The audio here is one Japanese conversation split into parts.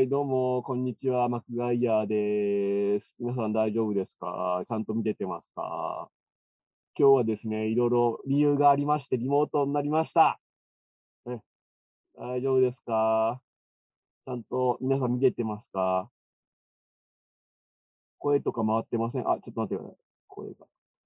い、どうも、こんにちは、マクガイアです。皆さん大丈夫ですか？ちゃんと見れてますか？今日はですね、いろいろ理由がありまして、リモートになりました。ね、大丈夫ですか？ちゃんと皆さん見れてますか？声とか回ってません？あ、ちょっと待ってください。声が。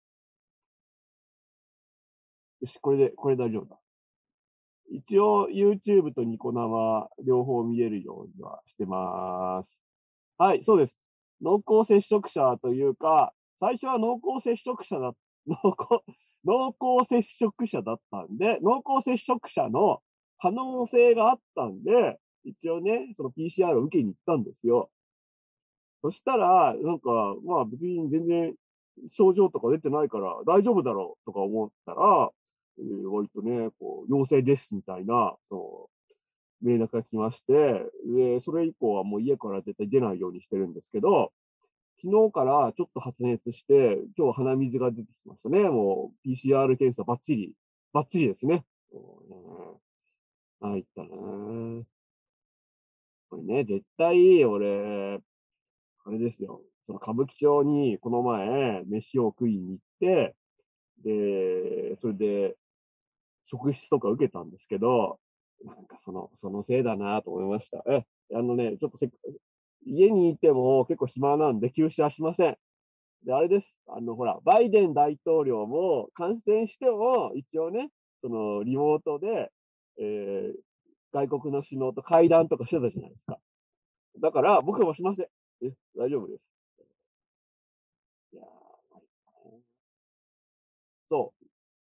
よし、これ大丈夫だ。一応 YouTube とニコ生両方見れるようにはしてます。はい、そうです。濃厚接触者というか、最初は濃厚接触者だ濃厚濃厚接触者だったんで、濃厚接触者の可能性があったんで、一応ね、その PCR を受けに行ったんですよ。そしたら、なんか、まあ、別に全然症状とか出てないから大丈夫だろうとか思ったら、割とね、こう陽性ですみたいな、連絡が来まして、で、それ以降はもう家から絶対出ないようにしてるんですけど、昨日からちょっと発熱して、今日鼻水が出てきましたね。もう PCR 検査バッチリですね。もうね、参ったな。これね、絶対俺、あれですよ。その歌舞伎町にこの前、飯を食いに行って、で、それで職質とか受けたんですけど、なんかそのせいだなと思いました。ちょっと家にいても結構暇なんで休止はしません。で、あれです。ほら、バイデン大統領も感染しても、一応ね、リモートで、えー外国の首脳と会談とかしてたじゃないですか。だから、僕もしません。大丈夫です。いやー、そう。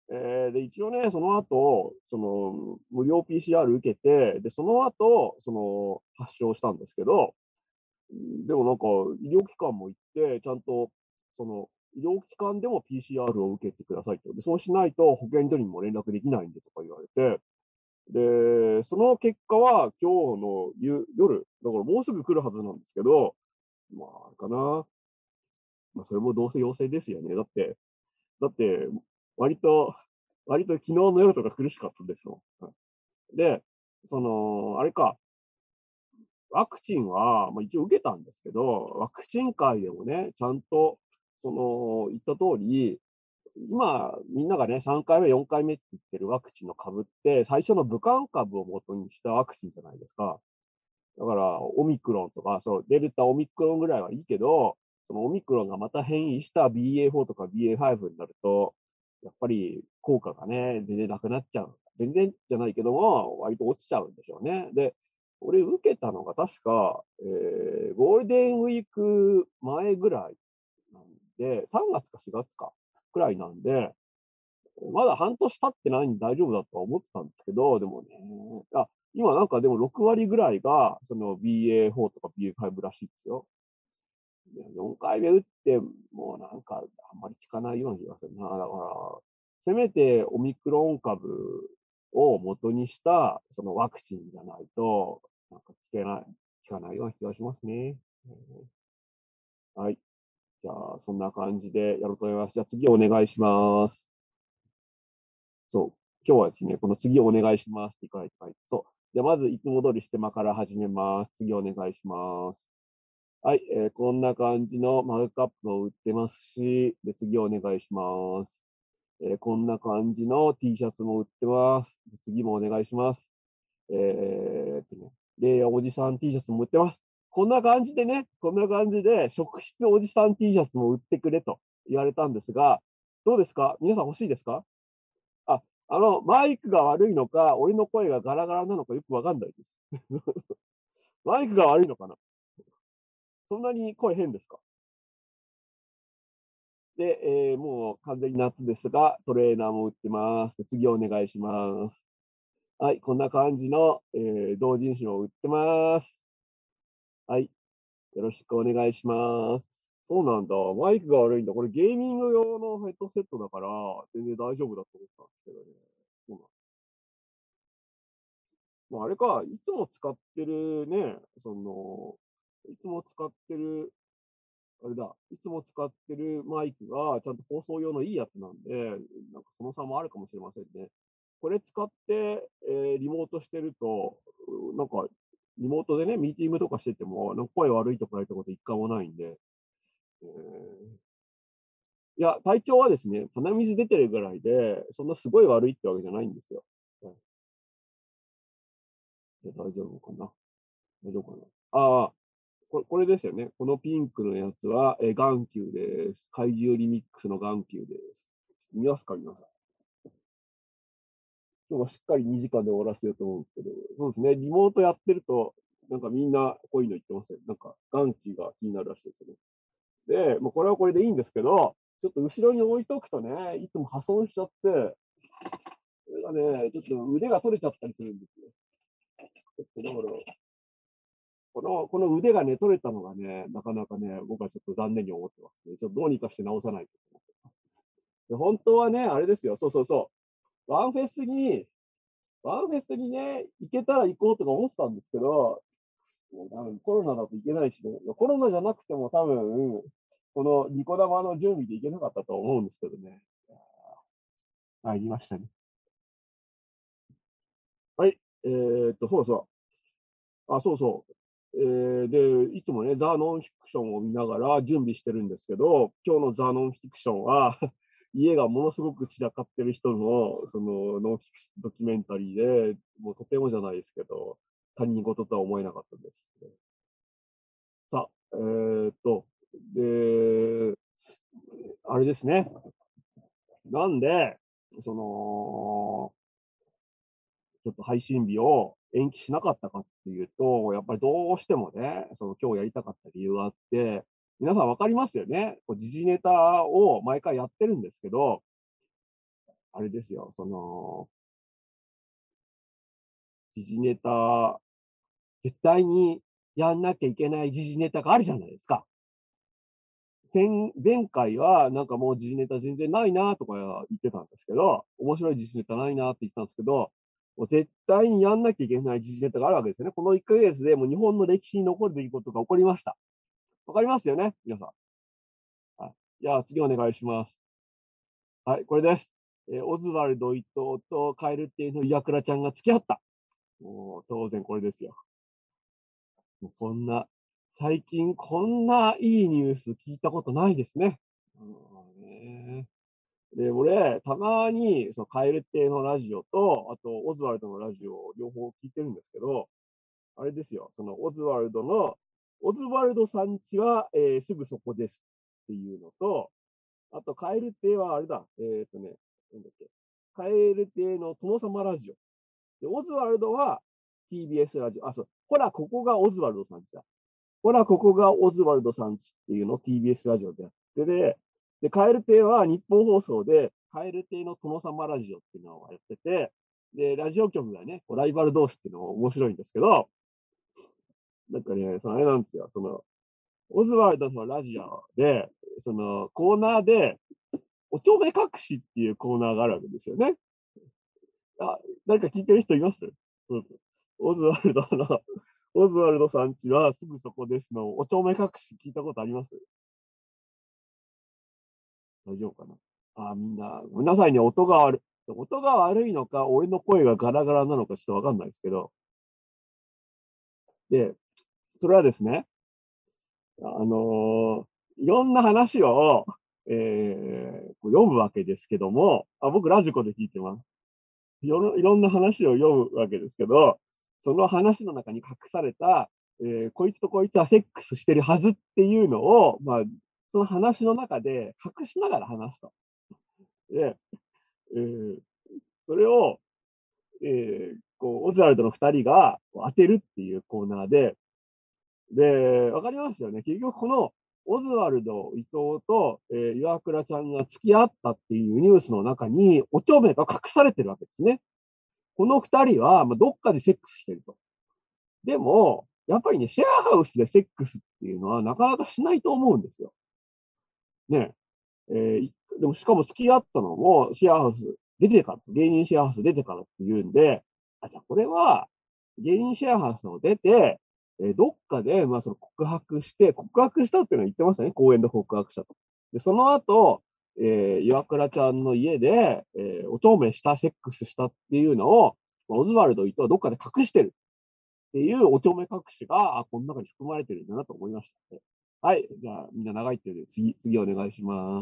で、一応ね、その後、無料 PCR 受けて、で、その後、発症したんですけど、でもなんか、医療機関も行って、ちゃんと、その、医療機関でも PCR を受けてくださいと。で、そうしないと保健所にも連絡できないんでとか言われて、で、その結果は今日の夜、だからもうすぐ来るはずなんですけど、まあ、あれかな。まあ、それもどうせ陽性ですよね。だって、割と、割と昨日の夜とか苦しかったですもん。で、あれか、ワクチンは、まあ、一応受けたんですけど、ワクチン会でもね、ちゃんと、言った通り、今、みんながね、3回目、4回目って言ってるワクチンの株って、最初の武漢株を元にしたワクチンじゃないですか。だから、オミクロンとか、デルタ、オミクロンぐらいはいいけど、そのオミクロンがまた変異した BA.4 とか BA.5 になると、やっぱり効果がね、全然なくなっちゃう。全然じゃないけども、割と落ちちゃうんでしょうね。で、俺受けたのが確か、ゴールデンウィーク前ぐらいなんで、3月か4月かくらいなんで、まだ半年経ってないんで大丈夫だとは思ってたんですけど、でもね、今なんかでも6割ぐらいが、BA.4 とか BA.5 らしいですよ。で4回目打って、もうなんかあんまり効かないような気がするな。だから、せめてオミクロン株を元にしたそのワクチンじゃないと、なんか効かないような気がしますね。はい。じゃあ、そんな感じでやろうと思います。じゃあ次お願いします。そう。今日はですね、この次お願いしますって書いて、そう。じゃあまずいつも通りステマから始めます。次お願いします。はい、こんな感じのマグカップを売ってますし、で、次お願いします。こんな感じの T シャツも売ってます。で次もお願いします。レイヤーおじさん T シャツも売ってます。こんな感じでね、こんな感じで、職質おじさん T シャツも売ってくれと言われたんですが、どうですか？皆さん欲しいですか？あ、マイクが悪いのか、俺の声がガラガラなのかよくわかんないです。マイクが悪いのかな？そんなに声変ですか？で、もう完全に夏ですが、トレーナーも売ってます。で次お願いします。はい、こんな感じの、同人誌も売ってます。はい、よろしくお願いします。そうなんだ。マイクが悪いんだ。これゲーミング用のヘッドセットだから、全然大丈夫だと思ったんですけどね。そうなんまあ、あれか、いつも使ってるね、いつも使ってる、あれだ、いつも使ってるマイクがちゃんと放送用のいいやつなんで、なんかその差もあるかもしれませんね。これ使って、リモートしてると、なんかリモートでね、ミーティングとかしてても、なんか声悪いとか言われたこと一回もないんで、えーいや、体調はですね、鼻水出てるぐらいで、そんなすごい悪いってわけじゃないんですよ。はい、じゃあ大丈夫かな。大丈夫かな。ああ、これですよね。このピンクのやつは、眼球です。怪獣リミックスの眼球です。見ますか、皆さん。今日はしっかり2時間で終わらせようと思うんですけど、そうですね、リモートやってると、なんかみんなこういうの言ってますよ。なんか眼球が気になるらしいですよね。で、もうこれはこれでいいんですけど、ちょっと後ろに置いとくとね、いつも破損しちゃって、これがね、ちょっと腕が取れちゃったりするんですよ。ちょっとだから、この腕がね、取れたのがね、なかなかね、僕はちょっと残念に思ってますね。ちょっとどうにかして直さないと思ってます。で、本当はね、あれですよ、そうそうそう、ワンフェスにね、行けたら行こうとか思ってたんですけど、もう多分コロナだといけないしね、コロナじゃなくても多分、このニコ生の準備でいけなかったと思うんですけどね。入りましたね。はい。そうそう。あ、そうそう。で、いつもね、ザ・ノンフィクションを見ながら準備してるんですけど、今日のザ・ノンフィクションは家がものすごく散らかってる人の、その、ノンフィクションドキュメンタリーで、もうとてもじゃないですけど、他人事とは思えなかったです。さあ、で、あれですね。なんで、その、ちょっと配信日を延期しなかったかっていうと、やっぱりどうしてもね、その今日やりたかった理由があって、皆さんわかりますよね。こう時事ネタを毎回やってるんですけど、あれですよ、その、時事ネタ、絶対にやんなきゃいけない時事ネタがあるじゃないですか。前回はなんかもう時事ネタ全然ないなとか言ってたんですけど、面白い時事ネタないなって言ってたんですけど、もう絶対にやんなきゃいけない時事ネタがあるわけですよね。この1ヶ月でもう日本の歴史に残る出来事が起こりました。わかりますよね皆さん。はい。じゃあ次お願いします。はい、これです。オズワルド伊藤と蛙亭の岩倉ちゃんが付き合った。もう当然これですよ。もう最近こんないいニュース聞いたことないですね。ねで、俺、たまに、その、蛙亭のラジオと、あと、オズワルドのラジオを両方聞いてるんですけど、あれですよ、その、オズワルドさんちは、すぐそこですっていうのと、あと、蛙亭はあれだ、なんだっけ、蛙亭の殿様ラジオ。で、オズワルドは TBS ラジオ。あ、そう、ほら、ここがオズワルドさんちだ。ほら、ここがオズワルドさんちっていうのを TBS ラジオでやってで、蛙亭は日本放送で、蛙亭の殿様ラジオっていうのをやってて、で、ラジオ局がね、こうライバル同士っていうのも面白いんですけど、なんかね、そのあれなんですよ、その、オズワルドのラジオで、そのコーナーで、おちょめ隠しっていうコーナーがあるわけですよね。あ、誰か聞いてる人いますそうそう。オズワルドの、オズワルドさんちはすぐそこですの、おちょめ隠し聞いたことあります大丈夫かなみんな、ごめんなさいね、音が悪いのか、俺の声がガラガラなのかちょっとわかんないですけど、で、それはですね、あのいろんな話を、読むわけですけども、僕ラジコで聞いてます。いろんな話を読むわけですけど、その話の中に隠された、こいつとこいつはセックスしてるはずっていうのを、その話の中で隠しながら話すと。で、えーそれをこう、オズワルドの2人がこう当てるっていうコーナーで、わかりますよね。結局このオズワルド、伊藤と、岩倉ちゃんが付き合ったっていうニュースの中に、おちょめが隠されてるわけですね。この2人は、どっかでセックスしてると。でも、やっぱりね、シェアハウスでセックスっていうのはなかなかしないと思うんですよ。ね。でもしかも付き合ったのもシェアハウス出てから、芸人シェアハウス出てからっていうんで、じゃあこれは芸人シェアハウスを出て、どっかで、その告白したっていうのは言ってましたね、公園で告白したと。で、その後、岩倉ちゃんの家で、おちょめした、セックスしたっていうのを、オズワルド伊藤はどっかで隠してる。 っていうおちょめ隠しが、この中に含まれてるんだなと思いましたね。はい、じゃあ、みんな長いっていうので、次お願いします。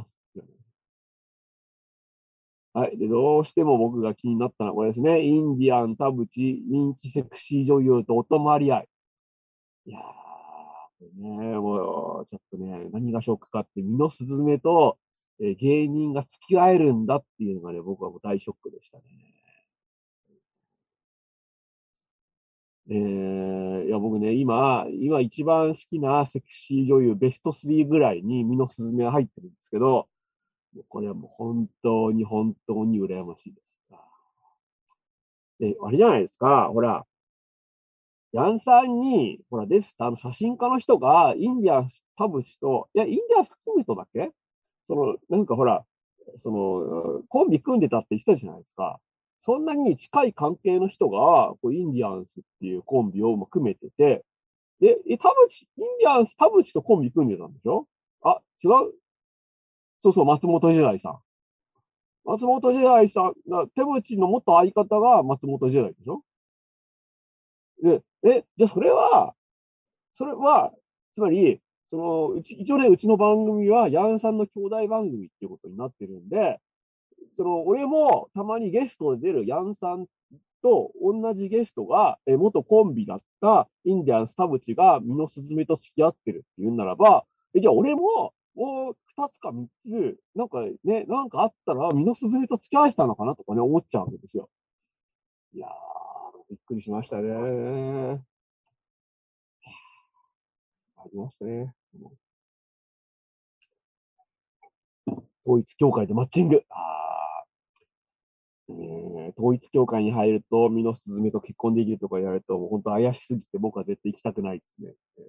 はい。で、どうしても僕が気になったのはこれですね。インディアン田淵、人気セクシー女優とお泊まり合い。いやー、これね、もう、ちょっとね、何がショックかって、ミノスズメと、芸人が付き合えるんだっていうのがね、僕はもう大ショックでしたね。いや、僕ね、今一番好きなセクシー女優ベスト3ぐらいにミノスズメは入ってるんですけど、もうこれはもう本当に羨ましいです。で、あれじゃないですか、ほら、ヤンさんに、ほら、写真家の人が、インディアンス田淵と、いや、インディアンス田淵とだっけなんかほら、コンビ組んでたって言ってたじゃないですか。そんなに近い関係の人が、インディアンスっていうコンビを組めてて、で、インディアンス田淵とコンビ組んでたんでしょ？あ、違う？そうそう、松本時代さん。松本時代さん、田淵の元相方が松本時代でしょ？で、じゃあそれは、つまり、一応ね、うちの番組は、ヤンさんの兄弟番組っていうことになってるんで、俺もたまにゲストで出るヤンさんと同じゲストが、元コンビだったインディアンス田淵がミノスズメと付き合ってるって言うならば、じゃあ俺も、もう2つか3つ、なんかね、なんかあったら、ミノスズメと付き合わせたのかなとかね、思っちゃうわけですよ。いやー、びっくりしましたね。ありましたね。統一教会でマッチング。統一教会に入ると、身のすずめと結婚できるとか言われると、もう本当怪しすぎて僕は絶対行きたくないですね。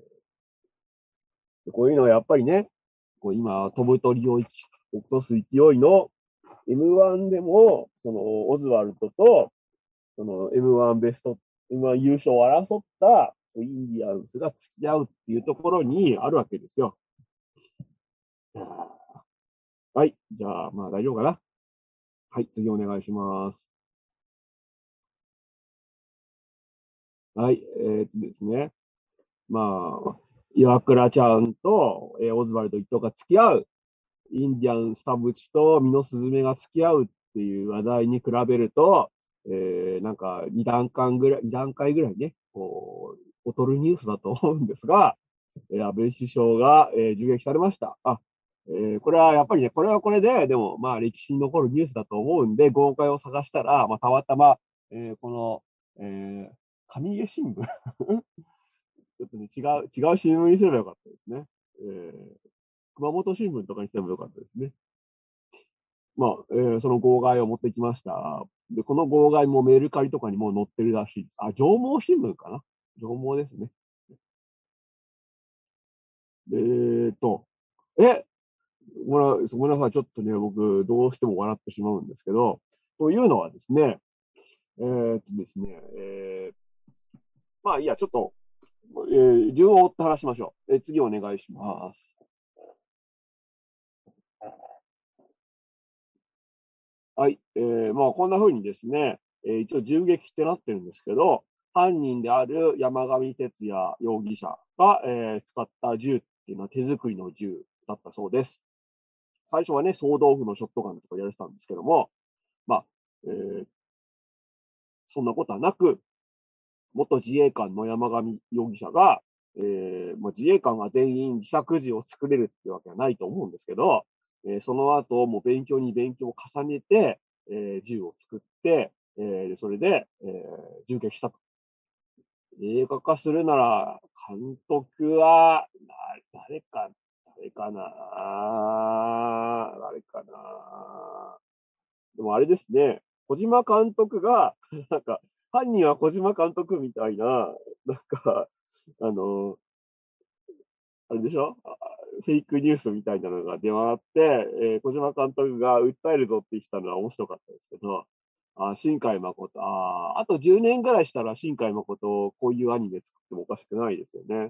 こういうのはやっぱりね、今、飛ぶ鳥を落とす勢いの M1 でも、オズワルドと、M1 優勝を争ったインディアンスが付き合うっていうところにあるわけですよ。はい。じゃあ、まあ大丈夫かな。はい。次お願いします。はい。ですね。まあ、岩倉ちゃんと、オズワルド伊藤が付き合う、インディアンス田淵とミノスズメが付き合うっていう話題に比べると、なんか2段階ぐらいね、劣るニュースだと思うんですが、安倍首相が、銃撃されました。これはやっぱりね、これはこれで、でもまあ歴史に残るニュースだと思うんで、豪快を探したら、まあ、たまたま、この、上下新聞ちょっとね、違う新聞にすればよかったですね。熊本新聞とかにすればよかったですね。まあ、その号外を持ってきました。で、この号外もメルカリとかにもう載ってるらしいです。あ、上毛新聞かな？上毛ですね。ええ、ごめんなさい。ちょっとね、僕、どうしても笑ってしまうんですけど、というのはですね、ですね、まあいいや、ちょっと、順を追って話しましょう。次お願いします。はい。まあ、こんな風にですね、一応銃撃ってなってるんですけど、犯人である山上徹也容疑者が、使った銃っていうのは手作りの銃だったそうです。最初はね、総豆腐のショットガンとかやられてたんですけども、まあ、えーそんなことはなく、元自衛官の山上容疑者が、まあ、自衛官が全員自作銃を作れるっていうわけはないと思うんですけど、その後も勉強に勉強を重ねて、銃を作って、それで、銃撃したと。映画化するなら、監督は、誰かな誰かなでもあれですね、小島監督が、なんか、犯人は小島監督みたいな、なんか、あの、あれでしょフェイクニュースみたいなのが出回って、小島監督が訴えるぞって言ってたのは面白かったですけど、新海誠、あと10年ぐらいしたら新海誠、こういうアニメ作ってもおかしくないですよね。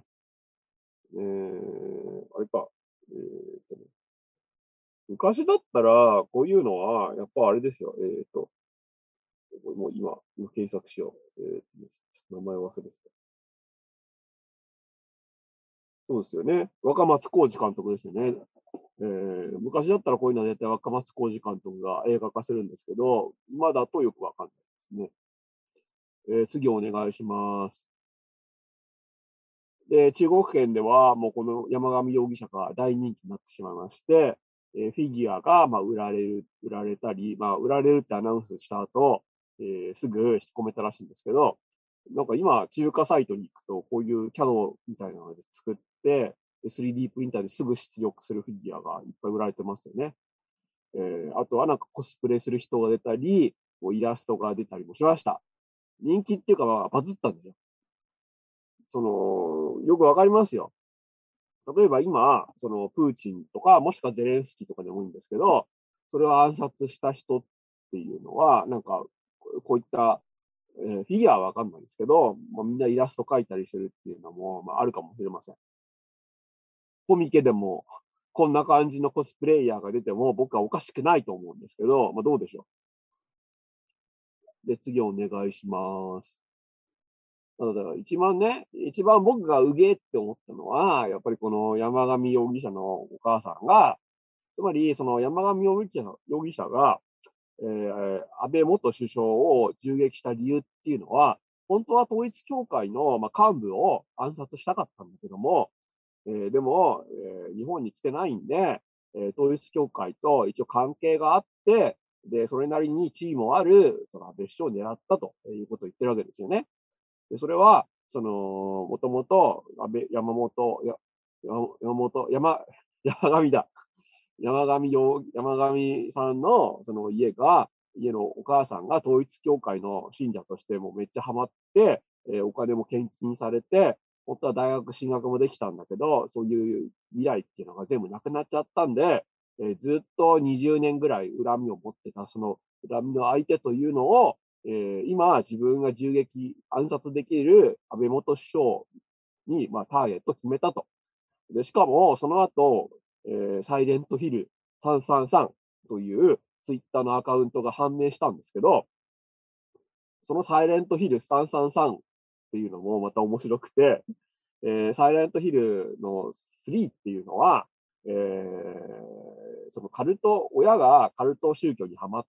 あれか。ね、昔だったら、こういうのは、やっぱあれですよ。もう今検索しよう。名前忘れてた。 そうですよね。若松浩二監督ですよね。昔だったらこういうのは絶対若松浩二監督が映画化するんですけど、今だとよくわかんないですね。次お願いします。で、中国圏ではもうこの山上容疑者が大人気になってしまいまして、フィギュアが売られたり、売られるってアナウンスした後、すぐ引っ込めたらしいんですけど、なんか今、中華サイトに行くと、こういうキャドみたいなので作って、3D プリンターですぐ出力するフィギュアがいっぱい売られてますよね。あとはなんかコスプレする人が出たり、こうイラストが出たりもしました。人気っていうか、バズったんですよ。よくわかりますよ。例えば今、そのプーチンとか、もしくはゼレンスキーとかでもいいんですけど、それを暗殺した人っていうのは、なんか、こういった、フィギュアはわかんないんですけど、みんなイラスト描いたりするっていうのも、あるかもしれません。コミケでも、こんな感じのコスプレイヤーが出ても、僕はおかしくないと思うんですけど、どうでしょう。で、次お願いします。だから一番僕がうげーって思ったのは、やっぱりこの山上容疑者のお母さんが、つまりその山上容疑者が、安倍元首相を銃撃した理由っていうのは、本当は統一教会の、幹部を暗殺したかったんだけども、でも、日本に来てないんで、統一教会と一応関係があって、で、それなりに地位もある、その安倍首相を狙ったということを言ってるわけですよね。で、それは、もともと、安倍、山本、や、山本、山、山上だ。山上さんのその家のお母さんが統一教会の信者としてもめっちゃハマって、お金も献金されて、本当は大学進学もできたんだけど、そういう未来っていうのが全部なくなっちゃったんで、ずっと20年ぐらい恨みを持ってた、その恨みの相手というのを、今自分が暗殺できる安倍元首相に、ターゲットを決めたと。で、しかも、その後、サイレントヒル333というツイッターのアカウントが判明したんですけど、そのサイレントヒル333っていうのもまた面白くて、サイレントヒルの3っていうのは、その親がカルト宗教にはまって、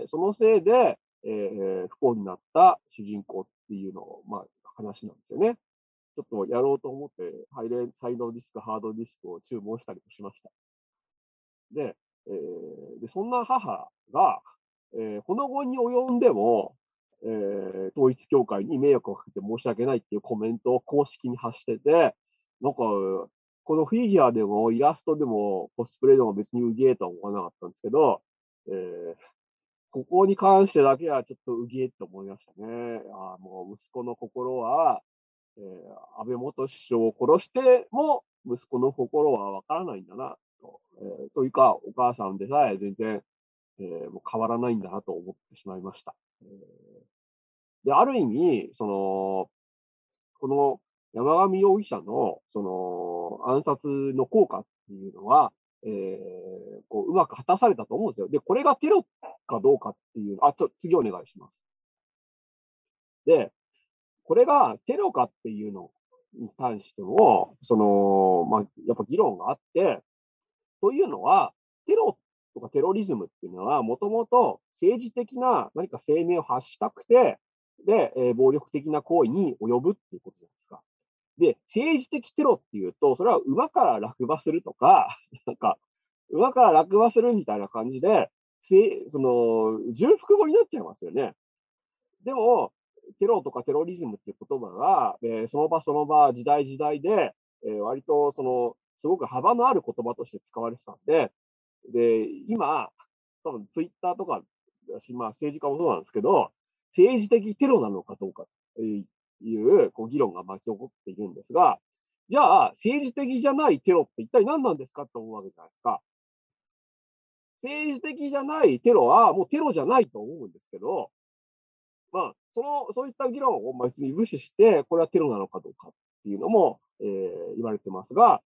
そのせいで、不幸になった主人公っていうのを、話なんですよね。ちょっとやろうと思って、サイドディスク、ハードディスクを注文したりもしました。で、そんな母が、この後に及んでも、統一教会に迷惑をかけて申し訳ないっていうコメントを公式に発してて、なんか、このフィギュアでもイラストでもコスプレでも別にうげえとは思わなかったんですけど、えーここに関してだけはちょっとうげえって思いましたね。もう息子の心は、安倍元首相を殺しても、息子の心はわからないんだな、と。というか、お母さんでさえ全然、もう変わらないんだなと思ってしまいました。で、ある意味、この山上容疑者の、暗殺の効果っていうのは、うまく果たされたと思うんですよ。で、これがテロかどうかっていう、次お願いします。で、これがテロかっていうのに関しても、やっぱ議論があって、というのは、テロとかテロリズムっていうのは、もともと政治的な何か声明を発したくて、で、暴力的な行為に及ぶっていうことじゃないですか。で、政治的テロっていうと、それは馬から落馬するとか、なんか、馬から落馬するみたいな感じで、重複語になっちゃいますよね。でも、テロとかテロリズムっていう言葉が、その場その場、時代時代で、割とすごく幅のある言葉として使われてたんで、今、多分ツイッターとかだし、政治家もそうなんですけど、政治的テロなのかどうかという議論が巻き起こっているんですが、じゃあ、政治的じゃないテロって一体何なんですかって思うわけじゃないですか。政治的じゃないテロはもうテロじゃないと思うんですけど、そういった議論を別に無視して、これはテロなのかどうかっていうのも、言われてますが、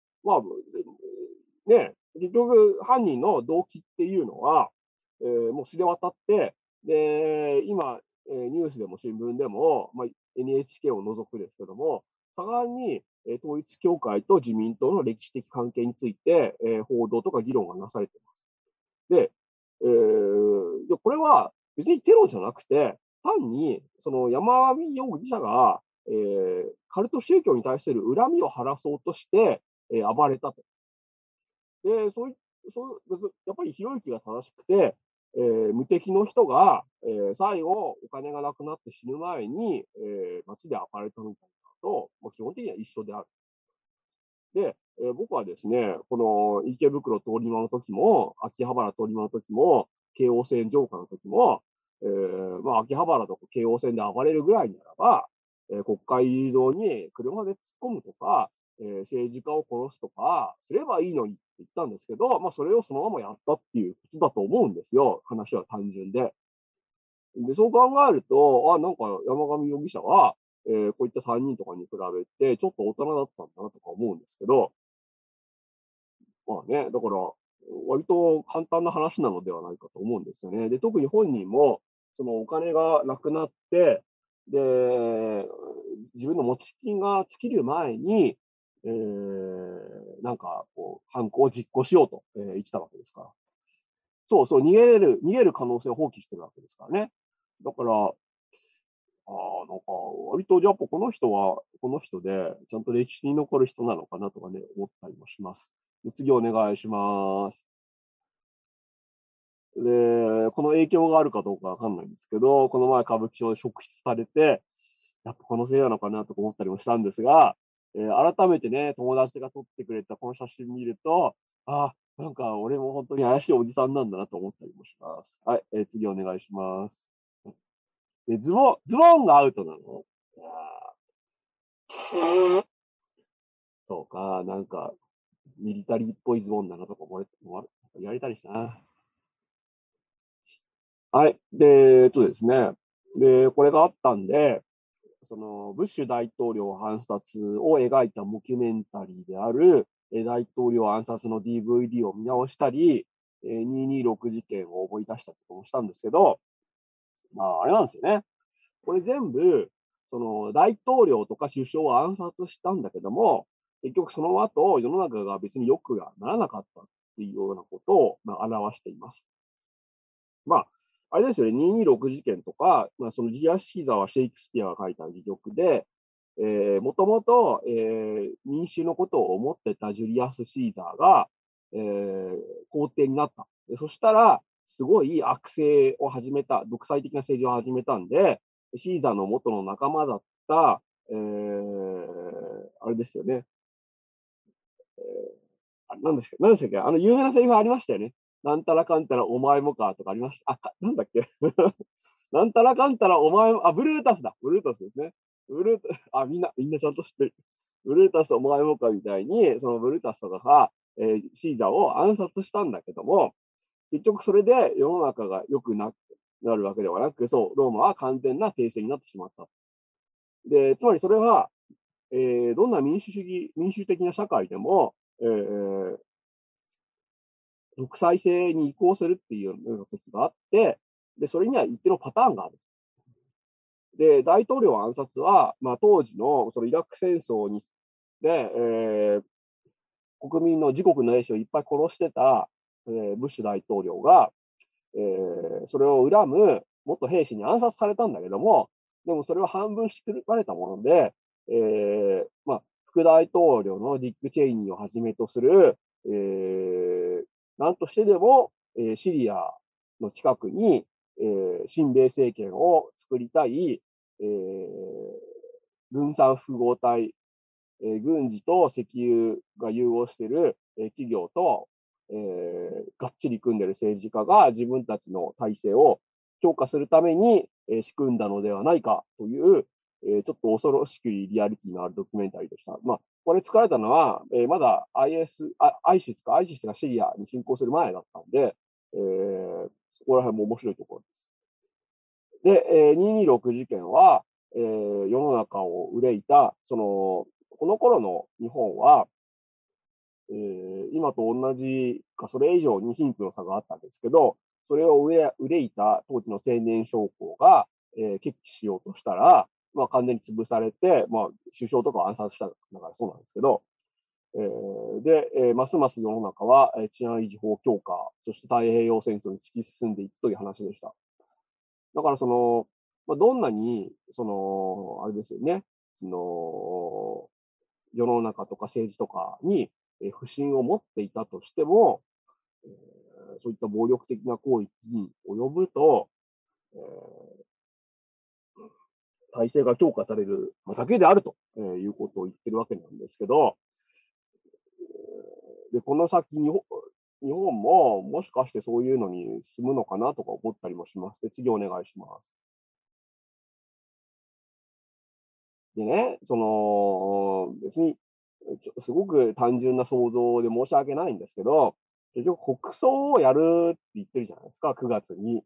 結局、犯人の動機っていうのは、もう知れ渡って、で、今、ニュースでも新聞でも、NHK を除くですけども、盛んに、 統一教会と自民党の歴史的関係について、報道とか議論がなされています。で、これは別にテロじゃなくて、単にその山上容疑者が、カルト宗教に対する恨みを晴らそうとして、暴れたと。で、やっぱりひろゆきが正しくて、無敵の人が、最後、お金がなくなって死ぬ前に、街で暴れたみたいなのと、基本的には一緒である。で、僕はですね、この池袋通り魔の時も、秋葉原通り魔の時も、京王線浄化の時も、秋葉原とか京王線で暴れるぐらいならば、国会議事堂に車で突っ込むとか、政治家を殺すとかすればいいのにって言ったんですけど、それをそのままやったっていうことだと思うんですよ。話は単純で。で、そう考えると、なんか山上容疑者は、こういった3人とかに比べて、ちょっと大人だったんだなとか思うんですけど、だから、割と簡単な話なのではないかと思うんですよね。で、特に本人も、そのお金がなくなって、で、自分の持ち金が尽きる前に、犯行を実行しようと、言ってたわけですから。そうそう、逃げる可能性を放棄してるわけですからね。だから、割と、やっぱこの人は、この人で、ちゃんと歴史に残る人なのかなとかね、思ったりもします。で、次お願いします。で、この影響があるかどうかわかんないんですけど、この前歌舞伎町で職質されて、やっぱこのせいなのかなとか思ったりもしたんですが、改めてね、友達が撮ってくれたこの写真見ると、なんか俺も本当に怪しいおじさんなんだなと思ったりもします。はい、次お願いします。で、ズボンがアウトなの？いやーそうか、なんか、ミリタリーっぽいズボンだなとか言われたりしたな。はい。で、ですね。で、これがあったんで、その、ブッシュ大統領暗殺を描いたモキュメンタリーである、大統領暗殺の DVD を見直したり、226事件を思い出したりとかもしたんですけど、あれなんですよね。これ全部、その、大統領とか首相を暗殺したんだけども、結局その後、世の中が別に良くはならなかったっていうようなことを、表しています。まあ、あれですよね、226事件とか、そのジュリアス・シーザーはシェイクスピアが書いた戯曲で、もともと、民衆のことを思ってたジュリアス・シーザーが、皇帝になった。そしたら、すごい悪政を始めた、独裁的な政治を始めたんで、シーザーの元の仲間だった、あれですよね、なんでしたっけ、有名なセリフありましたよね。なんたらかんたらお前もかとかありました。なんだっけなんたらかんたらお前も、ブルータスだ。ブルータスですね。ブルータ、みんなちゃんと知ってる。ブルータスお前もかみたいに、そのブルータスとかが、シーザーを暗殺したんだけども、結局それで世の中が良くなるわけではなく、そう、ローマは完全な帝政になってしまった。で、つまりそれは、どんな民主的な社会でも、独裁制に移行するっていうような時があって、で、それには一定のパターンがある。で、大統領暗殺は、当時のそのイラク戦争で、国民の自国の兵士をいっぱい殺してた、ブッシュ大統領が、それを恨む元兵士に暗殺されたんだけども、でもそれは半分仕組まれたもので、副大統領のディック・チェイニーをはじめとする、なんとしてでも、シリアの近くに、親米政権を作りたい、軍産複合体、軍事と石油が融合している、企業と、がっちり組んでいる政治家が自分たちの体制を強化するために、仕組んだのではないかという、ちょっと恐ろしくリアリティのあるドキュメンタリーでした。これ作られたのは、まだ ISIS がシリアに侵攻する前だったんで、そこら辺も面白いところです。で、226事件は、世の中を憂いた、この頃の日本は、今と同じか、それ以上に貧富の差があったんですけど、それを憂いた当時の青年将校が、決起しようとしたら、 完全に潰されて、首相とかを暗殺したんだからそうなんですけど、ますます世の中は治安維持法強化、そして太平洋戦争に突き進んでいくという話でした。だからどんなに、あれですよね、世の中とか政治とかに不信を持っていたとしても、そういった暴力的な行為に及ぶと、体制が強化されるだけであるということを言ってるわけなんですけど、で、この先日本ももしかしてそういうのに進むのかなとか思ったりもします。で、次お願いします。でね、別に、すごく単純な想像で申し訳ないんですけど、結局国葬をやるって言ってるじゃないですか、9月に。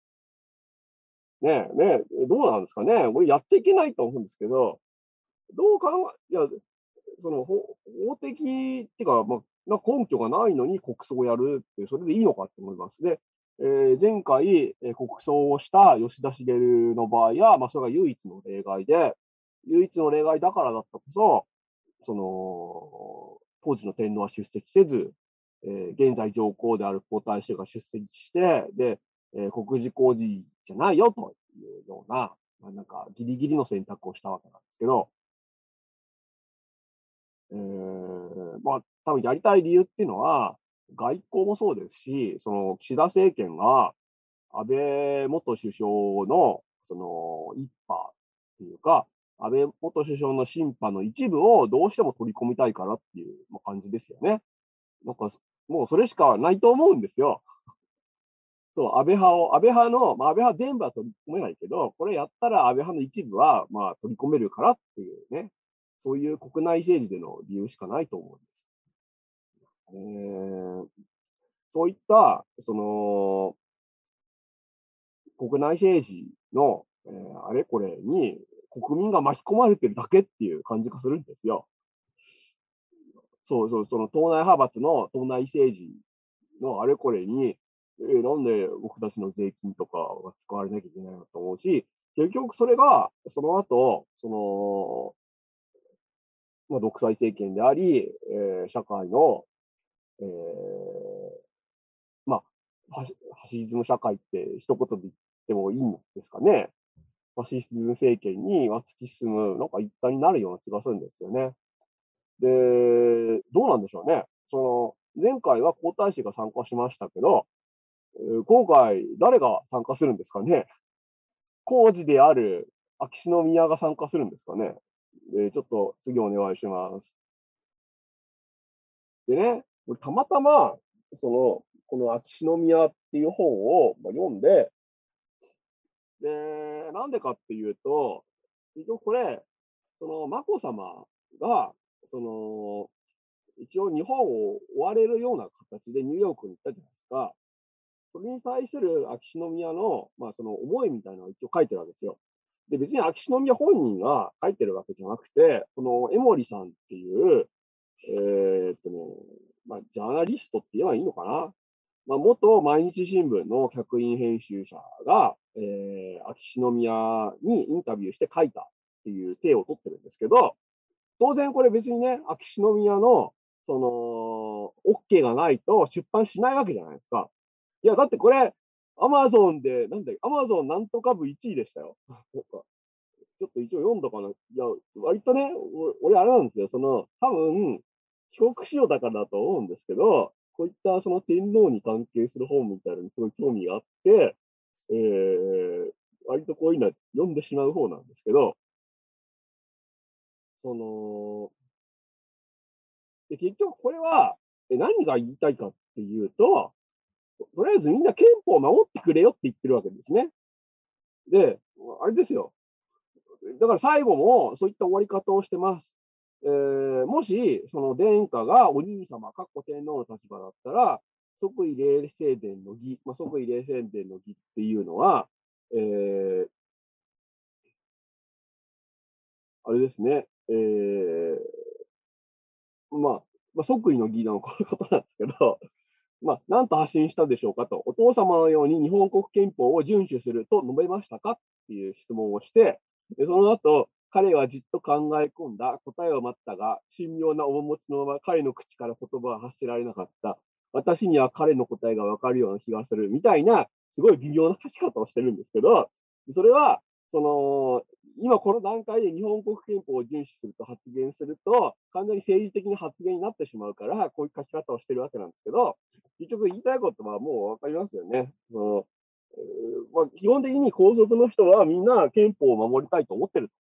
ねえ、ねえ、どうなんですかね。俺やっちゃいけないと思うんですけど、どう考いや、法的っていうか、根拠がないのに国葬をやるって、それでいいのかって思います。で、前回、国葬をした吉田茂の場合は、それが唯一の例外で、唯一の例外だからだったこそ、当時の天皇は出席せず、現在上皇である皇太子が出席して、で、国事行事じゃないよというような、なんかギリギリの選択をしたわけなんですけど、多分やりたい理由っていうのは、外交もそうですし、岸田政権が安倍元首相の、一派っていうか、安倍元首相の審判の一部をどうしても取り込みたいからっていう、感じですよね。なんか、もうそれしかないと思うんですよ。そう、安倍派の、安倍派全部は取り込めないけど、これやったら安倍派の一部は、取り込めるからっていうね、そういう国内政治での理由しかないと思うんです。そういった、国内政治の、あれこれに国民が巻き込まれてるだけっていう感じがするんですよ。そうそう、その党内派閥の党内政治のあれこれに、なんで僕たちの税金とかが使われなきゃいけないのと思うし、結局それが、その後、独裁政権であり、社会の、えーまあ、ファシズム社会って一言で言ってもいいんですかね。ファシズム政権に突き進む、なんか一端になるような気がするんですよね。で、どうなんでしょうね。前回は皇太子が参加しましたけど、今回誰が参加するんですかね。皇子である秋篠宮が参加するんですかね。ちょっと次お願いします。でね、たまたま、この秋篠宮っていう本を読んで、で、なんでかっていうと、結局これ、眞子さまが、その、一応日本を追われるような形でニューヨークに行ったじゃないですか。それに対する秋篠宮の、その思いみたいなのを一応書いてるわけですよ。で、別に秋篠宮本人が書いてるわけじゃなくて、この江森さんっていう、ジャーナリストって言えばいいのかな。元毎日新聞の客員編集者が、秋篠宮にインタビューして書いたっていう体を取ってるんですけど、当然これ別にね、秋篠宮の、OK がないと出版しないわけじゃないですか。いや、だってこれ、アマゾンで、アマゾンなんとか部1位でしたよ。なんかちょっと一応読んだかな。いや、割とね、俺あれなんですよ。多分、帰国子女だからだと思うんですけど、こういったその天皇に関係する本みたいなのにすごい興味があって、割とこういうのは読んでしまう方なんですけど、その、結局これは、何が言いたいかっていうと、とりあえずみんな憲法を守ってくれよって言ってるわけですね。で、あれですよ。だから最後もそういった終わり方をしてます。もし、その殿下がお兄様、かっこ天皇の立場だったら、即位礼正殿の儀、即位礼正殿の儀っていうのは、えー、あれですね、即位の儀のことなんですけど、何と発信したでしょうかと、お父様のように日本国憲法を遵守すると述べましたかっていう質問をして、 で、その後、彼はじっと考え込んだ。答えを待ったが、神妙な面持ちのまま彼の口から言葉は発せられなかった。私には彼の答えがわかるような気がする。みたいな、すごい微妙な書き方をしてるんですけど、それは、その、今この段階で日本国憲法を遵守すると発言すると、完全に政治的な発言になってしまうから、こういう書き方をしてるわけなんですけど、結局言いたいことはもうわかりますよね。そのまあ、基本的に皇族の人はみんな憲法を守りたいと思ってる。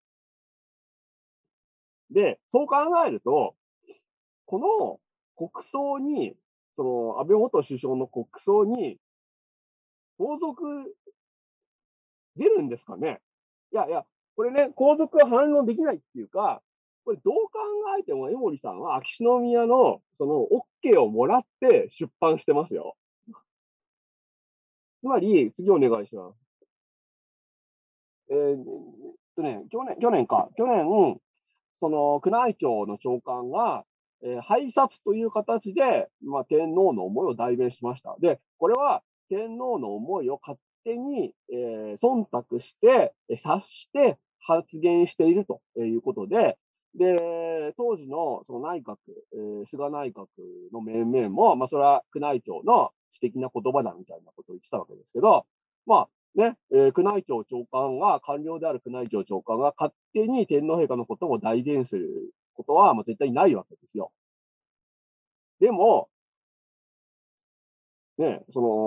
で、そう考えると、この国葬に、その安倍元首相の国葬に皇族出るんですかね。いやいや、これね、皇族は反論できないっていうか、これどう考えても江森さんは秋篠宮のその OK をもらって出版してますよ。つまり、次お願いします。去年、その宮内庁の長官が、拝察という形で、まあ、天皇の思いを代弁しました。で、これは天皇の思いを勝手に、忖度して、察して発言しているということで、で、当時のその内閣、菅内閣の面々も、まあ、それは宮内庁の私的な言葉だみたいなことを言ってたわけですけど、まあ、ね、宮内庁長官が、官僚である宮内庁長官が勝手に天皇陛下のことを代弁することは、もう絶対にないわけですよ。でも、ね、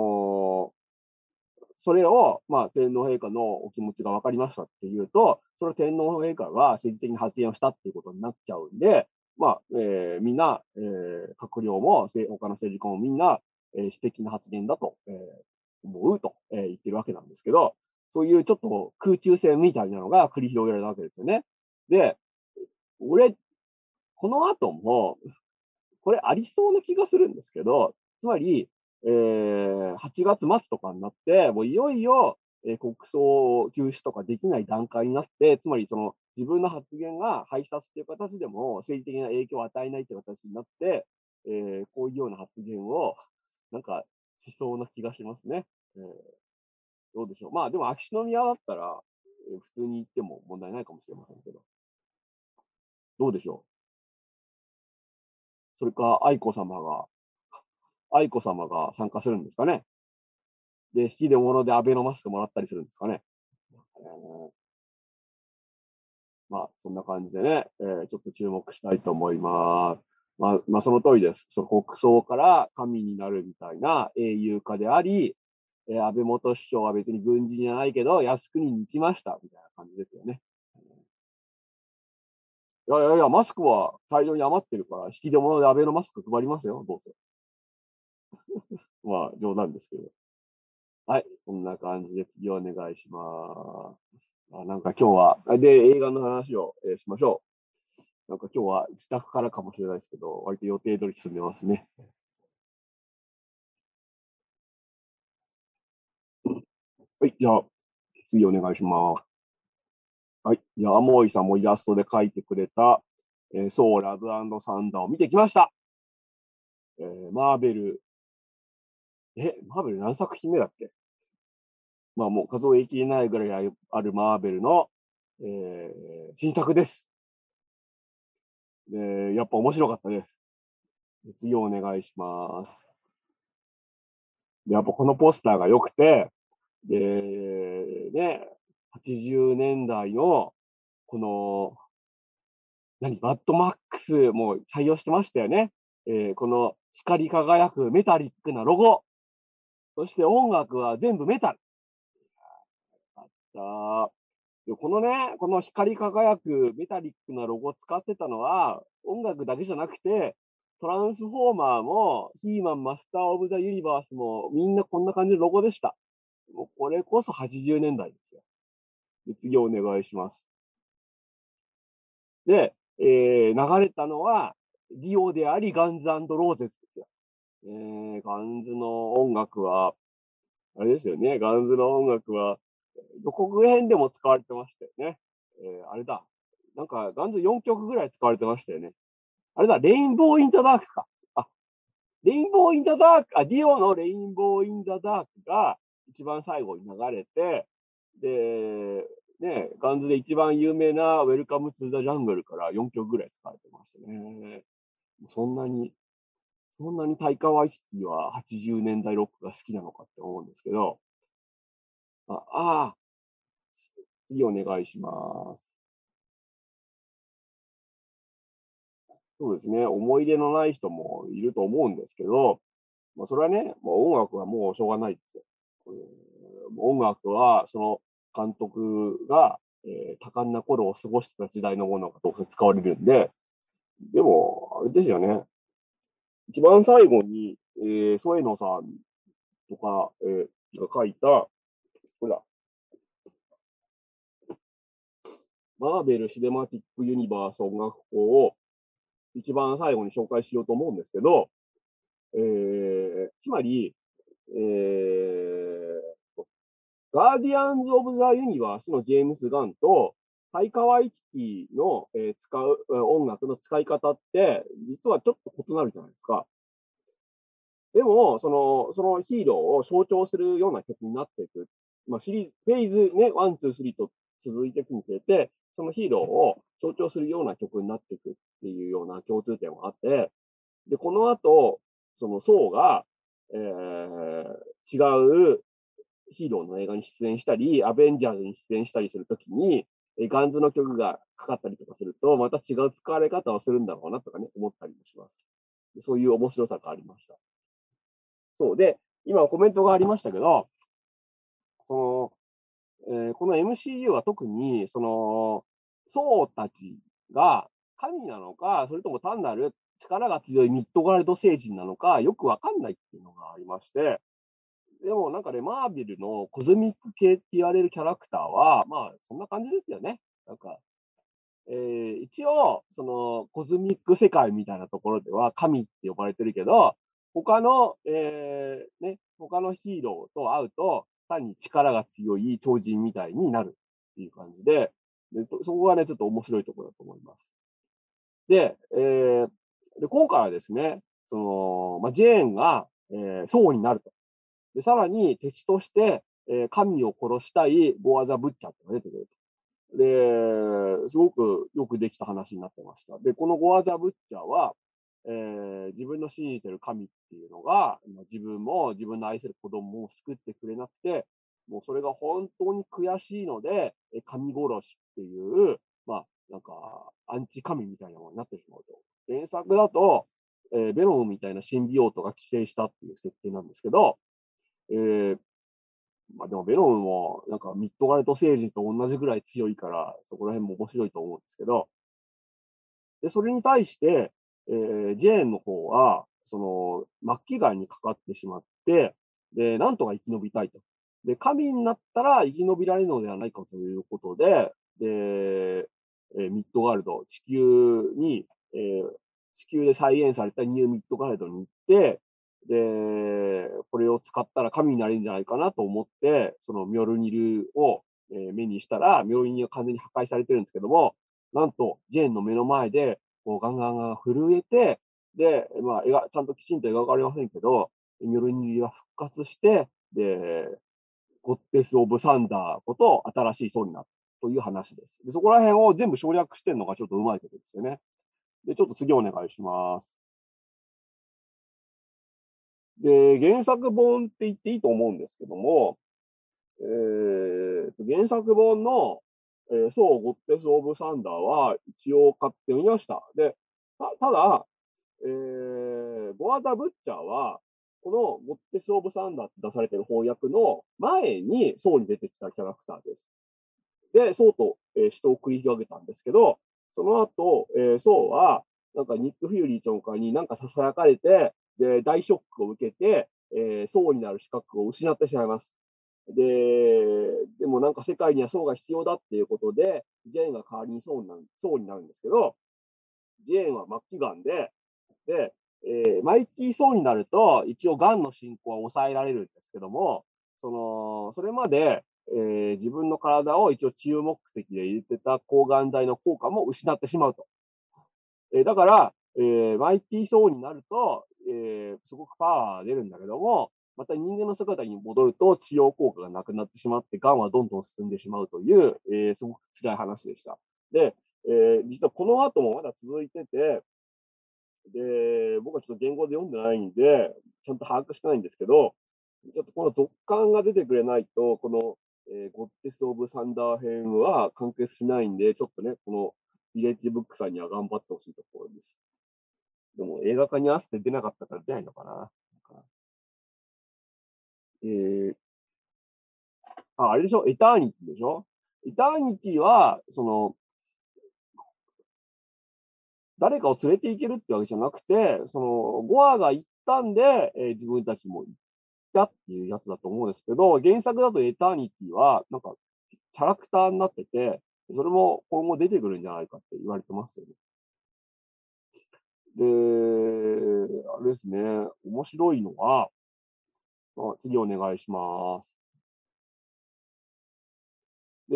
それを、まあ、天皇陛下のお気持ちが分かりましたっていうと、それ天皇陛下が政治的に発言をしたっていうことになっちゃうんで、まあ、みんな、閣僚も、他の政治家もみんな、私的な発言だと、思うと、言ってるわけなんですけど、そういうちょっと空中戦みたいなのが繰り広げられるわけですよね。で、俺、この後も、これありそうな気がするんですけど、つまり、8月末とかになって、もういよいよ、国葬休止とかできない段階になって、つまりその自分の発言が拝察っていう形でも政治的な影響を与えないっていう形になって、こういうような発言をなんかしそうな気がしますね。どうでしょう。まあでも秋篠宮だったら、普通に言っても問題ないかもしれませんけど、どうでしょう。それか愛子様が参加するんですかね。で、引き出物でアベノマスクもらったりするんですかね。まあ、そんな感じでね、ちょっと注目したいと思います。まあ、その通りです。その国葬から神になるみたいな英雄家であり、安倍元首相は別に軍人じゃないけど、靖国に行きましたみたいな感じですよね。いやいやいや、マスクは大量に余ってるから、引き出物でアベノマスク配りますよ、どうせ。まあ、冗談ですけど。はい、そんな感じで次お願いします。なんか今日は、で、映画の話を、しましょう。なんか今日は自宅からかもしれないですけど、割と予定通り進んでますね。はい、じゃあ、次お願いします。はい、じゃあ、アモイさんもイラストで描いてくれた、ソーラブサンダーを見てきました。マーベル、マーベル何作品目だっけ。まあもう数えきれないぐらいあるマーベルの、新作です。やっぱ面白かったです。次お願いします。やっぱこのポスターが良くて、で、ね、80年代の、この、マッドマックスも採用してましたよね。この光り輝くメタリックなロゴ。そして音楽は全部メタル。あったでこのね、この光り輝くメタリックなロゴを使ってたのは、音楽だけじゃなくて、トランスフォーマーも、ヒーマンマスターオブザユニバースも、みんなこんな感じのロゴでした。もうこれこそ80年代ですよ。で次お願いします。で、流れたのは、ディオであり、ガンズローゼズですよ。ガンズの音楽は、あれですよね、ガンズの音楽は、予告編でも使われてましたよね。あれだ。なんか、ガンズ4曲ぐらい使われてましたよね。あれだ、レインボーインザダークか。レインボーインザダーク、ディオのレインボーインザダークが一番最後に流れて、で、 ね、ガンズで一番有名なウェルカム・トゥ・ザ・ジャングルから4曲ぐらい使われてましたね。そんなに、そんなにタイカワイシティは80年代ロックが好きなのかって思うんですけど、あ、次お願いします。そうですね、思い出のない人もいると思うんですけど、それはね、もう音楽はもうしょうがないですよ。音楽はその監督が、多感な頃を過ごしてた時代のものがどうせ使われるんで、でも、あれですよね。一番最後に、添野さんとか、が書いた、ほら、マーベル・シネマティック・ユニバース音楽校を一番最後に紹介しようと思うんですけど、つまり、えー、ガーディアンズ・オブ・ザ・ユニバースのジェームス・ガンと、タイカワイキティの、使う音楽の使い方って、実はちょっと異なるじゃないですか。でも、そのヒーローを象徴するような曲になっていく。シリーズ、フェーズね、1、2、3と続いていくにつれて、そのヒーローを象徴するような曲になっていくっていうような共通点があって、で、この後、そのソーが、違うヒーローの映画に出演したり、アベンジャーズに出演したりするときに、ガンズの曲がかかったりとかすると、また違う使われ方をするんだろうなとかね、思ったりもします。そういう面白さがありました。そうで、今コメントがありましたけど、そこの MCU は特に、ソウたちが神なのか、それとも単なる力が強いミッドガルド星人なのか、よくわかんないっていうのがありまして、でもなんかね、マーベルのコズミック系って言われるキャラクターは、そんな感じですよね。なんか、一応、そのコズミック世界みたいなところでは神って呼ばれてるけど、他のヒーローと会うと、単に力が強い超人みたいになるっていう感じで、そこがね、ちょっと面白いところだと思います。で、今回はですね、ジェーンが、ソウになると。で、さらに敵として、神を殺したいゴアザ・ブッチャーってのが出てくると。で、すごくよくできた話になってました。で、このゴアザ・ブッチャーは、自分の信じてる神っていうのが、自分も自分の愛する子供を救ってくれなくて、もうそれが本当に悔しいので、神殺しっていう、なんか、アンチ神みたいなものになってしまうと。原作だと、ベノムみたいなシンビオートが寄生したっていう設定なんですけど、えーでもベノムもなんかミッドガルト星人と同じぐらい強いから、そこら辺も面白いと思うんですけど、で、それに対して、ジェーンの方は、末期癌にかかってしまって、で、なんとか生き延びたいと。で、神になったら生き延びられるのではないかということで、で、ミッドガルド、えー地球で再現されたニューミッドガルドに行って、で、これを使ったら神になれるんじゃないかなと思って、そのミョルニルを、目にしたら、ミョルニルは完全に破壊されてるんですけども、なんと、ジェーンの目の前で、こう、ガンガンガン震えて、で、ちゃんときちんと描かれませんけど、ミョルニルは復活して、で、ゴッテス・オブ・サンダーこと新しい層になったという話です。で、そこら辺を全部省略してるのがちょっとうまいことですよね。で、ちょっと次お願いします。で、原作本って言っていいと思うんですけども、原作本の、ソー・ゴッテス・オブ・サンダーは一応買ってみました。で、ただ、ボア・ザ・ブッチャーは、このゴッテス・オブ・サンダーって出されてる翻訳の前にソーに出てきたキャラクターです。で、ソーと、死闘を繰り広げたんですけど、その後、ソーは、なんかニック・フューリー長官になんか囁かれて、で、大ショックを受けて、ソーになる資格を失ってしまいます。でもなんか世界にはソーが必要だっていうことで、ジェーンが代わりにソーになるんですけど、ジェーンは末期がんで、マイティーソーになると、一応がんの進行は抑えられるんですけども、それまで、自分の体を一応治癒目的で入れてた抗がん剤の効果も失ってしまうと。だから、マイティーソーになると、すごくパワーが出るんだけども、 また人間の姿に戻ると治療効果がなくなってしまって、癌はどんどん進んでしまうという、すごく辛い話でした。で、実はこの後もまだ続いてて、で、僕はちょっと言語で読んでないんで、ちゃんと把握してないんですけど、ちょっとこの続刊が出てくれないと、この、ゴッテス・オブ・サンダー編は完結しないんで、ちょっとね、このビレッジブックさんには頑張ってほしいところです。でも映画化に合わせて出なかったから出ないのかな。えー、あれでしょ、エターニティでしょ。エターニティは、誰かを連れて行けるってわけじゃなくて、ゴアが行ったんで、自分たちも行ったっていうやつだと思うんですけど、原作だとエターニティは、なんか、キャラクターになってて、それも今後出てくるんじゃないかって言われてますよね。で、あれですね、面白いのは、次お願いします。で、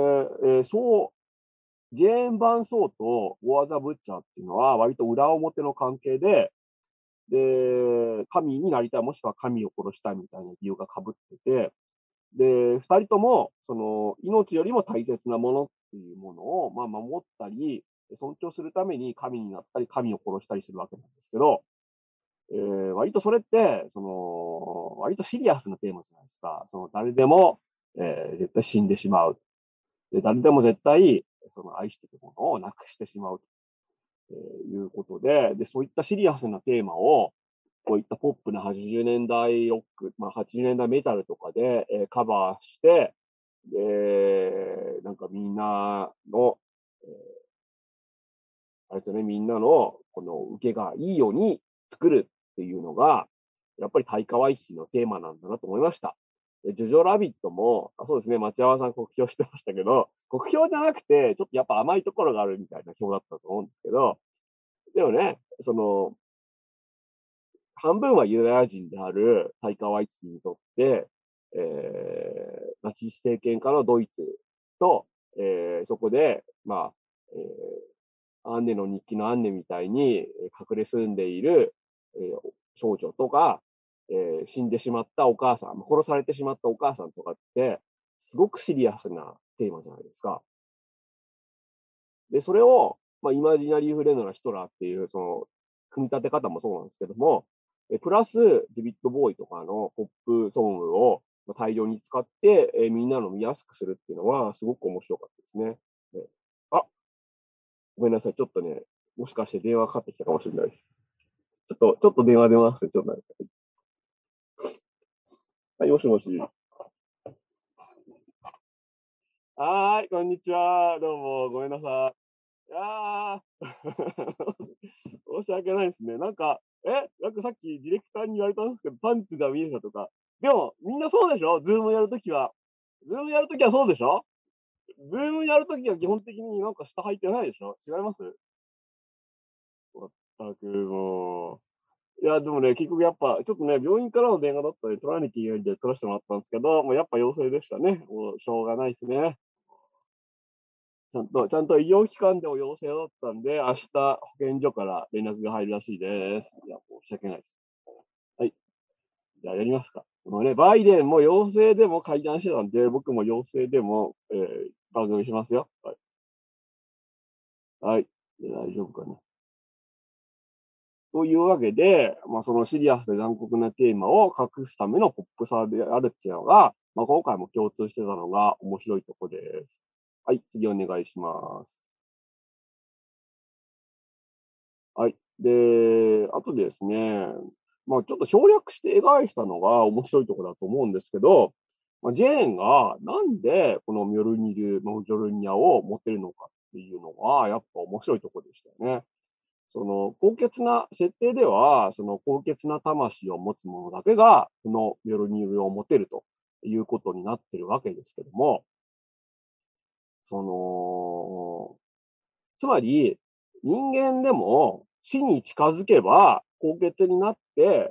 ジェーン・バン・ソーとウォア・ザ・ブッチャーっていうのは割と裏表の関係で、神になりたい、もしくは神を殺したいみたいな理由が被ってて、で、二人とも、命よりも大切なものっていうものを、まあ、守ったり、尊重するために神になったり、神を殺したりするわけなんですけど、割とそれって、割とシリアスなテーマじゃないですか。誰でも、絶対死んでしまう。で、誰でも絶対、愛しているものをなくしてしまうということで、そういったシリアスなテーマを、こういったポップな80年代ロック、まあ、80年代メタルとかで、カバーして、で、なんかみんなの、えーあれですよね、みんなのこの受けがいいように作るっていうのが、やっぱりタイカワイシのテーマなんだなと思いました。でジョジョラビットも、そうですね、町山さん酷評してましたけど、酷評じゃなくて、ちょっとやっぱ甘いところがあるみたいな評だったと思うんですけど、でもね、半分はユダヤ人であるタイカワイチにとって、ナチス政権下のドイツと、そこで、まあ、アンネの日記のアンネみたいに隠れ住んでいる、少女とか、死んでしまったお母さん、殺されてしまったお母さんとかって、すごくシリアスなテーマじゃないですか。で、それを、まあ、イマジナリー・フレンドなヒトラーっていう、組み立て方もそうなんですけども、プラス、デビッド・ボーイとかのポップソングを大量に使って、みんなの見やすくするっていうのは、すごく面白かったですね。あ、ごめんなさい。ちょっとね、もしかして電話かかってきたかもしれないです。ちょっと電話出ますね。ちょっと待って。はい、もしもし。はーい、こんにちは。どうも、ごめんなさい。いや申し訳ないですね。なんかさっきディレクターに言われたんですけど、パンツが見えたとか。でも、みんなそうでしょズームやるときは。ズームやるときはそうでしょズームやるときは基本的になんか下入ってないでしょ違いますまったくもう。いや、でもね、結局やっぱ、ちょっとね、病院からの電話だったので取らなきゃいけないんで取らせてもらったんですけど、もうやっぱ陽性でしたね。もうしょうがないですね。ちゃんと医療機関でも陽性だったんで、明日保健所から連絡が入るらしいです。いや、申し訳ないです。はい。じゃあやりますか。もうね、バイデンも陽性でも会談してたんで、僕も陽性でも、番組しますよ。はい。はい。で大丈夫かな。というわけで、まあ、そのシリアスで残酷なテーマを隠すためのポップさであるっていうのが、まあ、今回も共通してたのが面白いところです。はい、次お願いします。はい。で、あとですね、まあ、ちょっと省略して描いたのが面白いところだと思うんですけど、まあ、ジェーンがなんでこのミョルニル・モジョルニャを持てるのかっていうのが、やっぱ面白いところでしたよね。高潔な設定では、その高潔な魂を持つ者だけが、このミョルニルを持てるということになってるわけですけども、その、つまり、人間でも死に近づけば高潔になって、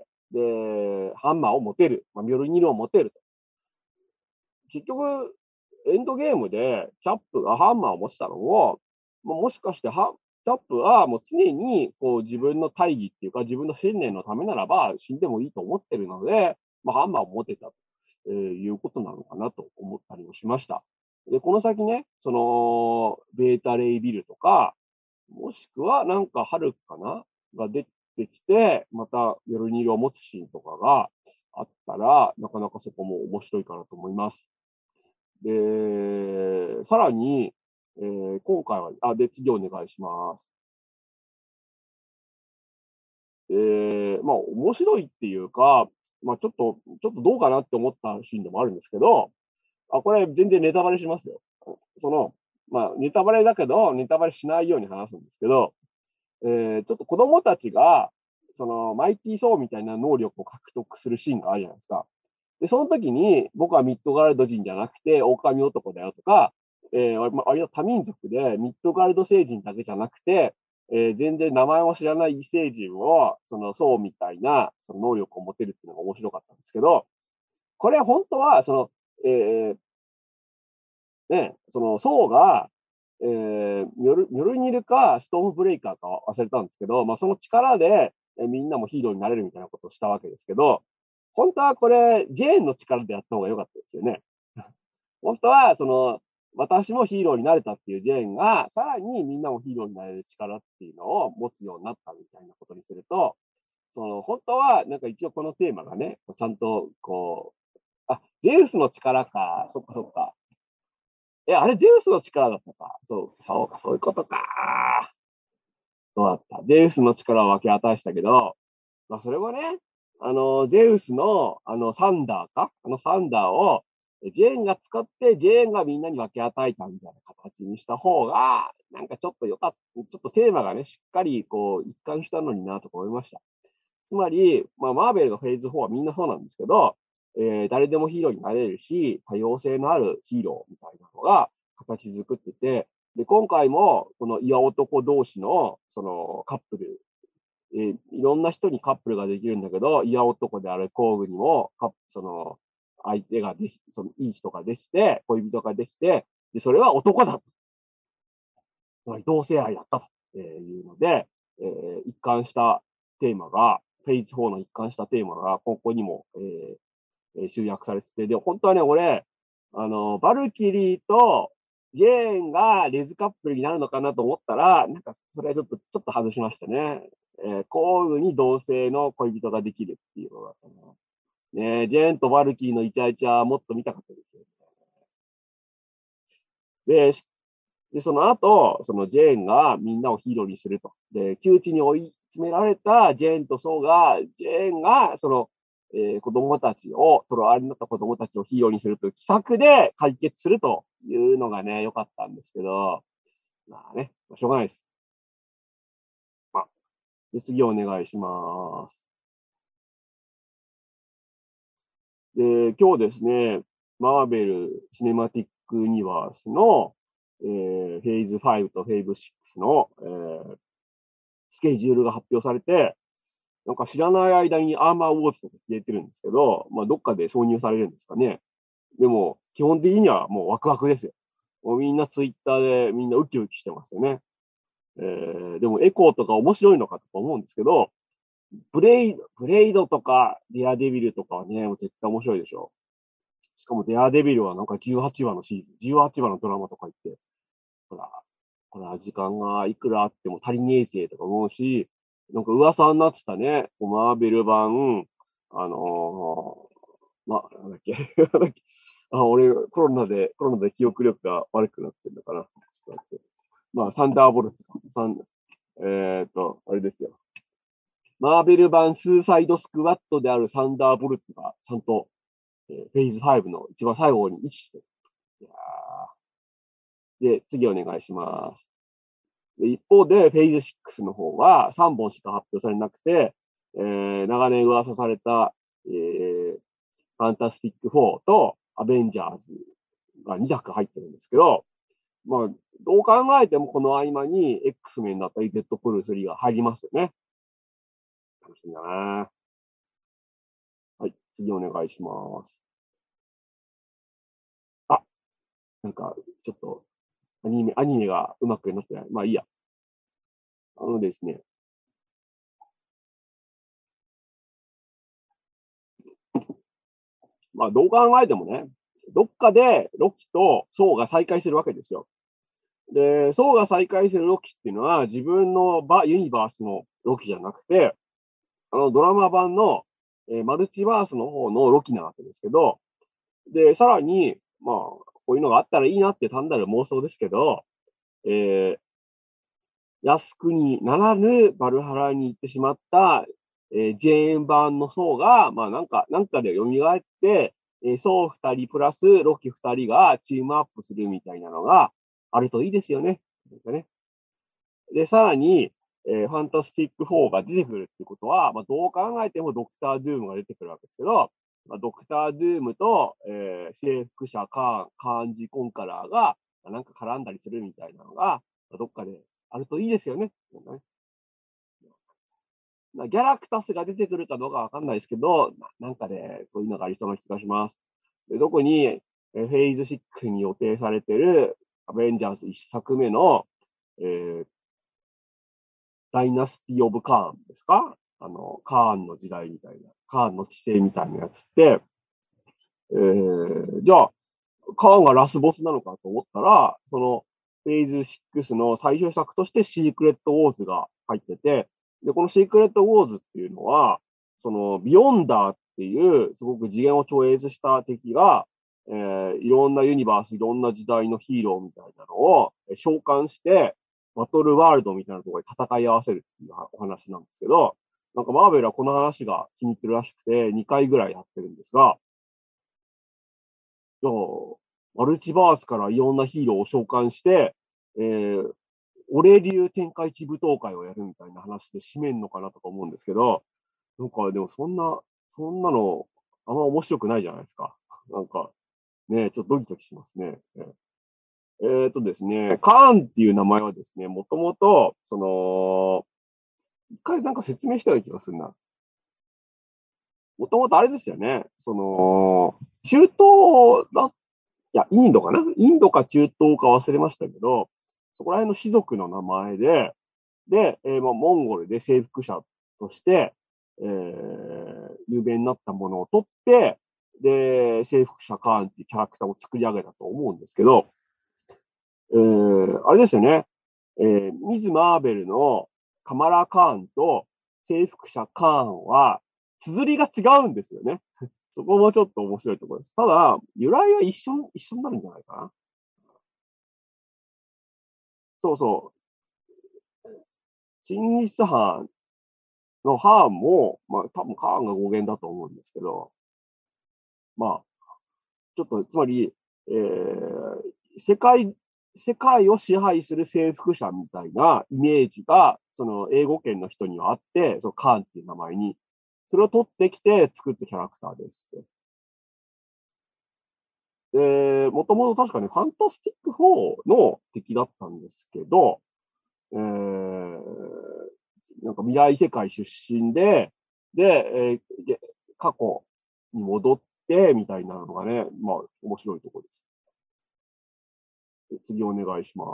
で、ハンマーを持てる、まあ、ミョルニルを持てると。結局、エンドゲームでキャップがハンマーを持ってたのも、もしかしてキャップはもう常にこう自分の大義っていうか自分の信念のためならば死んでもいいと思ってるので、 ハンマーを持てたということなのかなと思ったりもしました。で、この先ね、ベータレイビルとか、もしくはなんかハルクかなが出てきて、またミョルニルを持つシーンとかがあったら、なかなかそこも面白いかなと思います。で、さらに、今回は、次お願いします。面白いっていうか、ちょっとどうかなって思ったシーンでもあるんですけど、これ全然ネタバレしますよ。その、ネタバレだけど、ネタバレしないように話すんですけど、ちょっと子供たちが、マイティー・ソーみたいな能力を獲得するシーンがあるじゃないですか。で、その時に、僕はミッドガルド人じゃなくて、狼男だよとか、割と多民族で、ミッドガルド星人だけじゃなくて、全然名前も知らない異星人を、ソーみたいな、その能力を持てるっていうのが面白かったんですけど、これ本当は、えーソーが、ミョルニルかストームブレイカーか忘れたんですけど、その力で、みんなもヒーローになれるみたいなことをしたわけですけど、本当はこれ、ジェーンの力でやった方が良かったですよね。本当は、私もヒーローになれたっていうジェーンが、さらにみんなもヒーローになれる力っていうのを持つようになったみたいなことにすると、本当は、なんか一応このテーマがね、ちゃんと、ゼウスの力か、そっかそっか。あれゼウスの力だったか。そうか、そういうことか。そうだった。ゼウスの力を分け与えしたけど、それもね、ゼウスの、サンダーかサンダーを、ジェーンが使って、ジェーンがみんなに分け与えたみたいな形にした方が、なんかちょっとちょっとテーマがね、しっかり一貫したのになとか思いました。つまり、マーベルのフェーズ4はみんなそうなんですけど、誰でもヒーローになれるし、多様性のあるヒーローみたいなのが形作ってて、で、今回も、この岩男同士の、カップル、いろんな人にカップルができるんだけど、岩男である工具にも、相手ができ、いい人ができて、恋人ができて、で、それは男だと。つまり同性愛だったというので、一貫したテーマが、フェイズ4の一貫したテーマが、ここにも、集約されてて、で、本当はね、俺、バルキリーとジェーンがレズカップルになるのかなと思ったら、なんか、それはちょっと外しましたね。交互に同性の恋人ができるっていうのだったな。ね、ジェーンとバルキリーのイチャイチャもっと見たかったですよ。で、その後、そのジェーンがみんなをヒーローにすると。で、窮地に追い詰められたジェーンとソーが、ジェーンが、子供たちを、捕らわれになった子供たちをヒーローにするという奇策で解決するというのがね、良かったんですけど、しょうがないです。で、次お願いします。で、今日ですね、マーベル・シネマティック・ユニバースの、フェーズ5とフェーズ6の、スケジュールが発表されて、なんか知らない間にアーマーウォーズとか消えてるんですけど、どっかで挿入されるんですかね。でも、基本的にはもうワクワクですよ。もうみんなツイッターでみんなウキウキしてますよね。でもエコーとか面白いのかとか思うんですけど、ブレイドとかデアデビルとかはね、もう絶対面白いでしょ。しかもデアデビルはなんか18話のシーズン、18話のドラマとか言って、ほら、時間がいくらあっても足りねえぜとか思うし、なんか噂になってたね、マーベル版、あのなんだっけ、なんだっけ、俺、コロナで記憶力が悪くなってるのかな。ちょっと待ってサンダーボルツか。あれですよ。マーベル版スーサイドスクワットであるサンダーボルツが、ちゃんと、フェーズ5の一番最後に位置してる。いやで、次お願いします。で一方で、フェーズ6の方は3本しか発表されなくて、長年噂された、ファンタスティック4とアベンジャーズが2作入ってるんですけど、どう考えてもこの合間に X メンだったり、デッドプール3が入りますよね。楽しみだな。はい、次お願いします。あ、なんか、ちょっと、アニメがうまくなってない。いいや。ですね、 まあ、どう考えてもね、どっかでロキとソウが再会するわけですよ。で、ソウが再会するロキっていうのは、自分のユニバースのロキじゃなくて、ドラマ版の、マルチバースの方のロキなわけですけど、で、さらに、まあ、こういうのがあったらいいなって単なる妄想ですけど、え靖国ならぬバルハラに行ってしまった、ジェーン版のソウが、まあなんかで蘇って、ソウ2人プラスロキ2人がチームアップするみたいなのがあるといいですよね。なんかね。で、さらに、ファンタスティック4が出てくるってことは、まあ、どう考えてもドクター・ドゥームが出てくるわけですけど、まあ、ドクター・ドゥームと、征服者カーンジ・コンカラーが、なんか絡んだりするみたいなのが、まあ、どっかであるといいですよね。まあ、ギャラクタスが出てくるかどうかわかんないですけど、なんかでそういうのがありそうな気がします。で特に、フェーズ6に予定されているアベンジャーズ1作目の、えーダイナスティ・オブ・カーンですか？カーンの時代みたいな、カーンの地勢みたいなやつって、じゃあ、カーンがラスボスなのかと思ったら、そのフェーズ6の最終作としてシークレット・ウォーズが入ってて、で、このシークレット・ウォーズっていうのは、そのビヨンダーっていうすごく次元を超越した敵が、いろんなユニバース、いろんな時代のヒーローみたいなのを召喚して、バトルワールドみたいなところで戦い合わせるっていうお話なんですけど、なんかマーベルはこの話が気に入ってるらしくて、2回ぐらいやってるんですが、じゃあ、マルチバースからいろんなヒーローを召喚して、えー、俺流天下一舞踏会をやるみたいな話で締めんのかなとか思うんですけど、なんかでもそんなの、あんま面白くないじゃないですか。なんか、ね、ちょっとドキドキしますね。ですね、カーンっていう名前はですね、もともと、一回なんか説明したような気がするな。もともとあれですよね、中東だ、いや、インドかな、インドか中東か忘れましたけど、そこら辺の氏族の名前で、まあ、モンゴルで征服者として、有名になったものを取って、で、征服者カーンっていうキャラクターを作り上げたと思うんですけど、あれですよね。ミズ・マーベルのカマラ・カーンと征服者カーンは、綴りが違うんですよね。そこもちょっと面白いところです。ただ、由来は一緒になるんじゃないかな。そうそう。チンギス・ハーンのハーンも、まあ多分カーンが語源だと思うんですけど、まあ、ちょっと、つまり、世界、世界を支配する征服者みたいなイメージが、その英語圏の人にはあって、そのカーンっていう名前に、それを取ってきて作ったキャラクターです。で、もともと確かにファンタスティック4の敵だったんですけど、なんか未来世界出身で、過去に戻ってみたいなのがね、まあ面白いところです。次お願いします。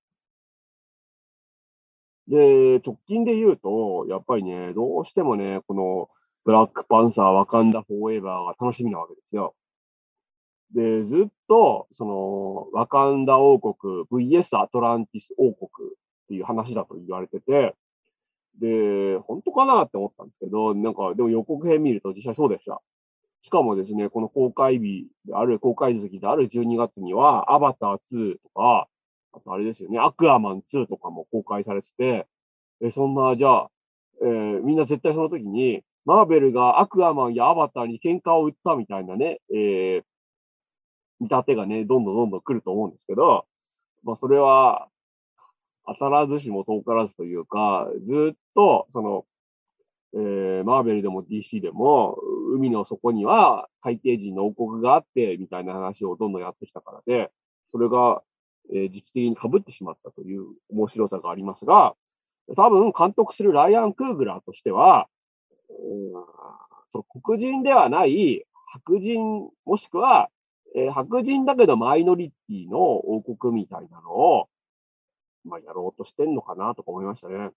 で、直近で言うと、やっぱりね、どうしてもね、このブラックパンサー、ワカンダ・フォーエバーが楽しみなわけですよ。で、ずっと、ワカンダ王国 VS アトランティス王国っていう話だと言われてて、で、本当かなって思ったんですけど、なんか、でも予告編見ると実際そうでした。しかもですね、この公開時期である12月には、アバター2とか、あとあれですよね、アクアマン2とかも公開されてて、そんな、じゃあ、みんな絶対その時に、マーベルがアクアマンやアバターに喧嘩を売ったみたいなね、見立てがね、どんどん来ると思うんですけど、まあ、それは当たらずしも遠からずというか、ずっと、マーベルでも DC でも、海の底には海底人の王国があって、みたいな話をどんどんやってきたからで、それが、時期的に被ってしまったという面白さがありますが、多分監督するライアン・クーグラーとしては、その黒人ではない白人、もしくは、白人だけどマイノリティの王国みたいなのを、まあ、やろうとしてんのかなとか思いましたね。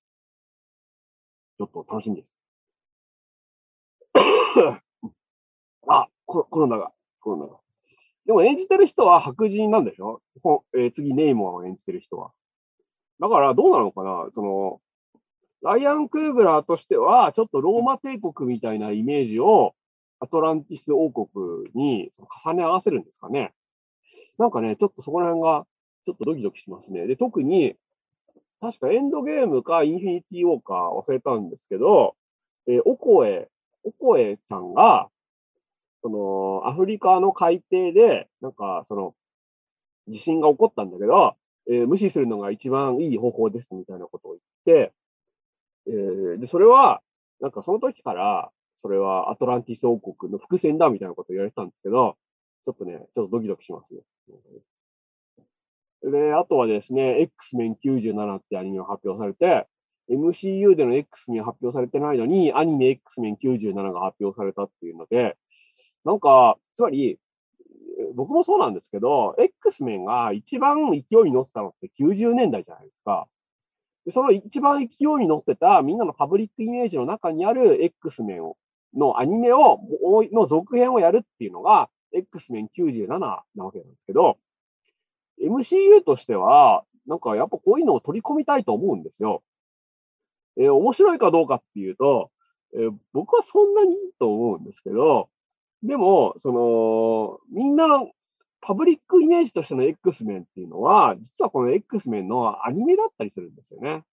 ちょっと楽しみです。あ、 コロナが。コロナが。でも演じてる人は白人なんでしょ？次、ネイモアを演じてる人は。だからどうなのかな、ライアン・クーグラーとしては、ちょっとローマ帝国みたいなイメージをアトランティス王国に重ね合わせるんですかね。なんかね、ちょっとそこら辺がちょっとドキドキしますね。で、特に、確かエンドゲームかインフィニティウォーカー忘れたんですけど、オコエちゃんが、アフリカの海底で、地震が起こったんだけど、無視するのが一番いい方法ですみたいなことを言って、で、それは、その時から、それはアトランティス王国の伏線だみたいなことを言われてたんですけど、ちょっとね、ちょっとドキドキしますね。で、あとはですね、X メン97ってアニメが発表されて、MCU での X メン発表されてないのに、アニメ X メン97が発表されたっていうので、つまり、僕もそうなんですけど、X メンが一番勢いに乗ってたのって90年代じゃないですか。でその一番勢いに乗ってたみんなのパブリックイメージの中にある X メンのアニメの続編をやるっていうのが X メン97なわけなんですけど、MCU としては、やっぱこういうのを取り込みたいと思うんですよ。面白いかどうかっていうと、僕はそんなにいいと思うんですけど、でも、みんなのパブリックイメージとしての X メンっていうのは、実はこの X メンのアニメだったりするんですよね。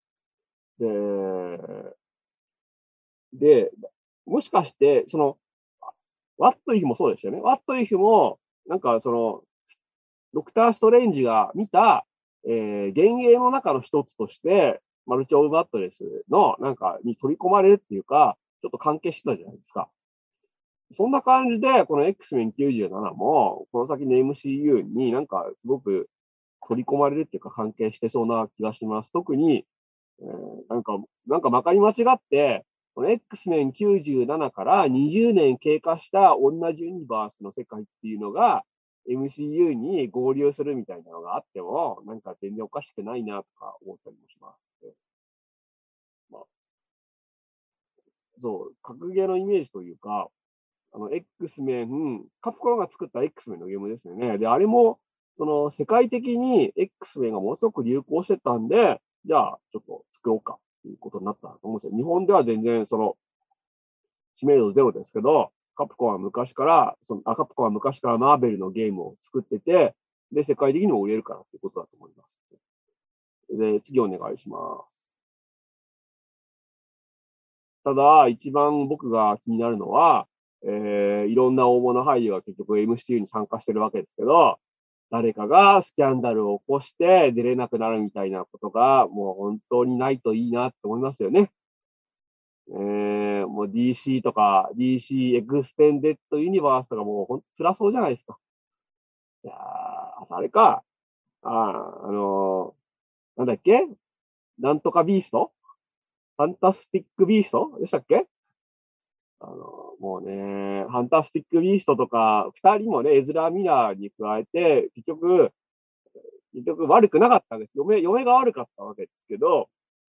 で、もしかして、ワットイフもそうですよね。ワットイフも、ドクター・ストレンジが見た、幻影の中の一つとして、マルチ・オブ・バットレスの、に取り込まれるっていうか、ちょっと関係してたじゃないですか。そんな感じで、この X メン97も、この先の MCU にすごく取り込まれるっていうか関係してそうな気がします。特に、えーなんか、まかり間違って、この X メン97から20年経過した同じユニバースの世界っていうのが MCU に合流するみたいなのがあっても、全然おかしくないなとか思ったりもします。まあ、そう、格ゲーのイメージというか、X メン、カプコンが作った X メンのゲームですよね。で、あれも、世界的に X メンがものすごく流行してたんで、じゃあ、ちょっと作ろうかっていうことになったと思うんですよ。日本では全然、知名度ゼロですけど、カプコンは昔からマーベルのゲームを作ってて、で、世界的にも売れるからっていうことだと思います。で、次お願いします。ただ、一番僕が気になるのは、いろんな大物俳優が結局 MCU に参加してるわけですけど、誰かがスキャンダルを起こして出れなくなるみたいなことが、もう本当にないといいなって思いますよね。もう DC とか、DC エクステンデッドユニバースとかもう本当辛そうじゃないですか。いやあれか。なんだっけなんとかビーストファンタスティックビーストでしたっけ？もうね、ファンタスティックビーストとか、二人もね、エズラ・ミラーに加えて、結局悪くなかったんです。嫁が悪かったわけですけど、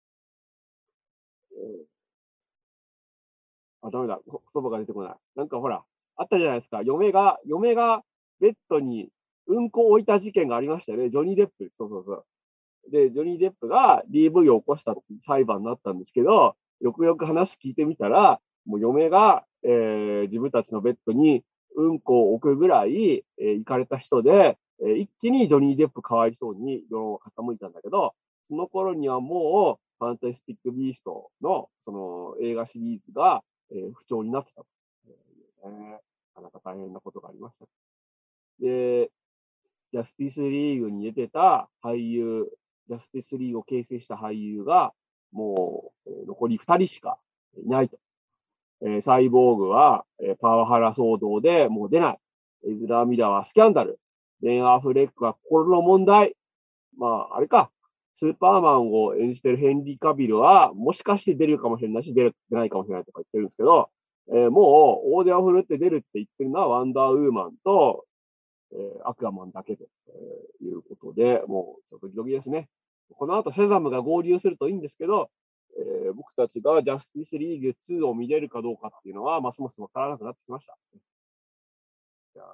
ダメだ。言葉が出てこない。ほら、あったじゃないですか。嫁がベッドにうんこを置いた事件がありましたよね。ジョニー・デップ。そうそうそう。で、ジョニー・デップが DV を起こしたっていう裁判になったんですけど、よくよく話聞いてみたら、もう嫁が、自分たちのベッドにうんこを置くぐらい、行かれた人で、一気にジョニー・デップかわいそうに世論が傾いたんだけど、その頃にはもう、ファンタスティック・ビーストの、その映画シリーズが、不調になってたと。なかなか大変なことがありました。で、ジャスティスリーグに出てた俳優、ジャスティスリーグを形成した俳優が、もう、残り2人しかいないと。サイボーグは、パワハラ騒動でもう出ない。エズラ・ミラーはスキャンダル。ベン・アフレックは心の問題。あれか。スーパーマンを演じてるヘンリー・カビルは、もしかして出るかもしれないし、出ないかもしれないとか言ってるんですけど、もう大手を振るって出るって言ってるのはワンダーウーマンと、アクアマンだけと、いうことで、もうちょっとドキドキですね。この後、シャザムが合流するといいんですけど、僕たちがジャスティスリーグ2を見れるかどうかっていうのは、ますますわからなくなってきました。 いや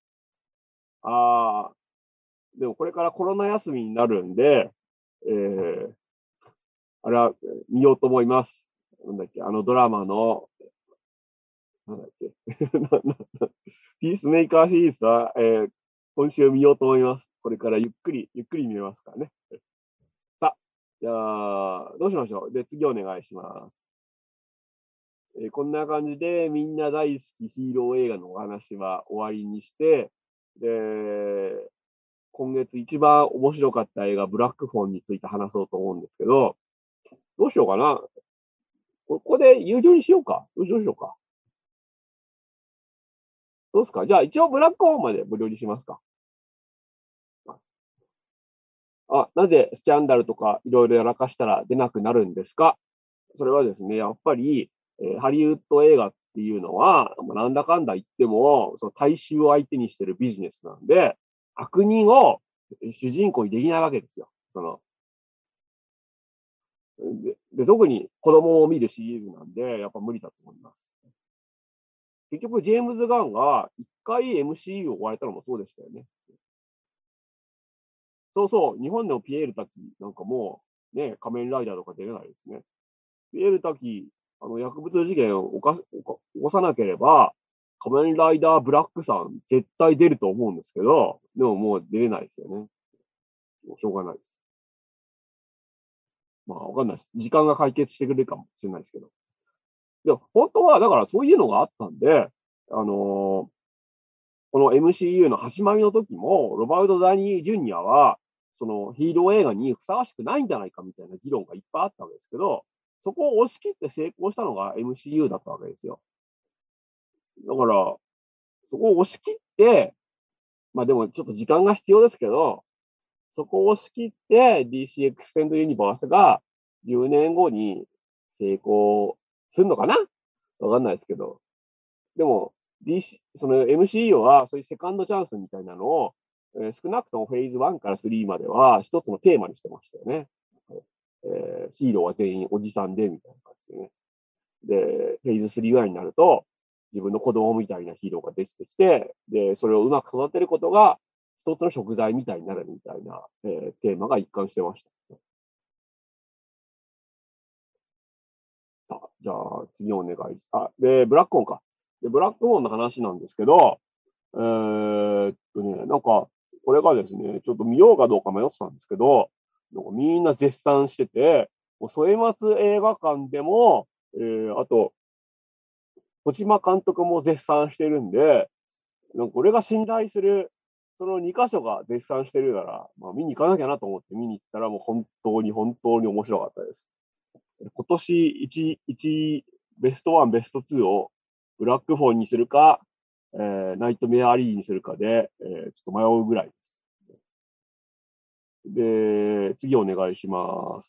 あでもこれからコロナ休みになるんで、あれは見ようと思います。なんだっけ、あのドラマの、なんだっけ、ピースメーカーシリーズは、今週見ようと思います。これからゆっくり見れますからね。さあ、じゃあ、どうしましょう。で、次お願いします。こんな感じで、みんな大好きヒーロー映画のお話は終わりにして、で、今月一番面白かった映画、ブラックフォンについて話そうと思うんですけど、どうしようかな。ここで有料にしようか。どうしようか。どうですか。じゃあ一応ブラックフォンまで無料にしますか。なぜスキャンダルとかいろいろやらかしたら出なくなるんですか。それはですね、やっぱり、ハリウッド映画っていうのは、なんだかんだ言っても、その大衆を相手にしてるビジネスなんで、悪人を主人公にできないわけですよ。特に子供を見るシリーズなんで、やっぱ無理だと思います。結局、ジェームズ・ガンが一回 MCU を追われたのもそうでしたよね。そうそう、日本でもピエール滝なんかもう、ね、仮面ライダーとか出れないですね。ピエール滝、薬物事件を起こさなければ、仮面ライダーブラックさん絶対出ると思うんですけど、でももう出れないですよね。もうしょうがないです。まあ、わかんないです。時間が解決してくれるかもしれないですけど。でも、本当は、だからそういうのがあったんで、あのーこの MCU の始まりの時も、ロバート・ダニー・ジュニアは、そのヒーロー映画にふさわしくないんじゃないかみたいな議論がいっぱいあったわけですけど、そこを押し切って成功したのが MCU だったわけですよ。だから、そこを押し切って、まあでもちょっと時間が必要ですけど、そこを押し切って DC エクステンドユニバースが10年後に成功するのかなわかんないですけど。でも、その MCU はそういうセカンドチャンスみたいなのを、少なくともフェーズ1から3までは一つのテーマにしてましたよね。ヒーローは全員おじさんで、みたいな感じでね。で、フェーズ3ぐらいになると、自分の子供みたいなヒーローができてきて、で、それをうまく育てることが一つの食材みたいになるみたいな、テーマが一貫してました。さあ、じゃあ次お願いしで、ブラックオンか。で、ブラックオンの話なんですけど、なんか、これがですね、ちょっと見ようかどうか迷ってたんですけど、なんかみんな絶賛してて、もう添松映画館でも、あと、小島監督も絶賛してるんで、なんか俺が信頼する、その2箇所が絶賛してるなら、まあ、見に行かなきゃなと思って見に行ったら、もう本当に面白かったです。今年1ベスト1、ベスト2をブラックフォンにするか、ナイトメアリーにするかで、ちょっと迷うぐらいです。で、次お願いします。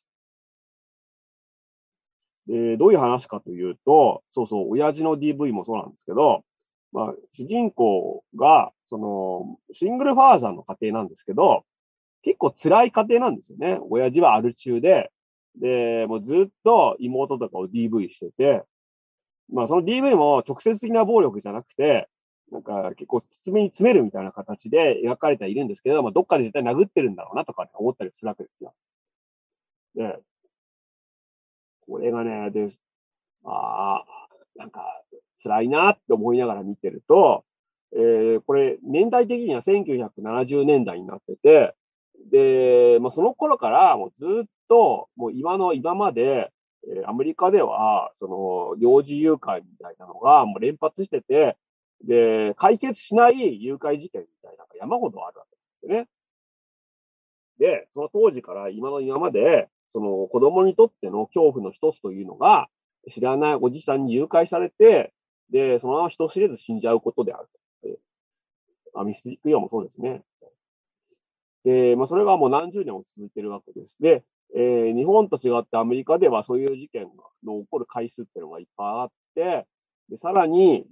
どういう話かというと、そうそう、親父の DV もそうなんですけど、まあ、主人公が、シングルファーザーの家庭なんですけど、結構辛い家庭なんですよね。親父はアル中で、で、もうずっと妹とかを DV してて、まあ、その DV も直接的な暴力じゃなくて、なんか結構包みに詰めるみたいな形で描かれてはいるんですけど、まあ、どっかで絶対殴ってるんだろうなとか思ったりするわけですよ。で、これがね、ああ、なんか辛いなって思いながら見てると、これ年代的には1970年代になってて、で、まあ、その頃からもうずっと、もう今まで、アメリカでは、幼児誘拐みたいなのがもう連発してて、で、解決しない誘拐事件みたいなのが山ほどあるわけですよね。で、その当時から今まで、その子供にとっての恐怖の一つというのが、知らないおじさんに誘拐されて、で、そのまま人知れず死んじゃうことであると。ミスティック・イヤーもそうですね。で、まあ、それがもう何十年も続いているわけです。で、日本と違ってアメリカではそういう事件の起こる回数っていうのがいっぱいあって、で、さらに、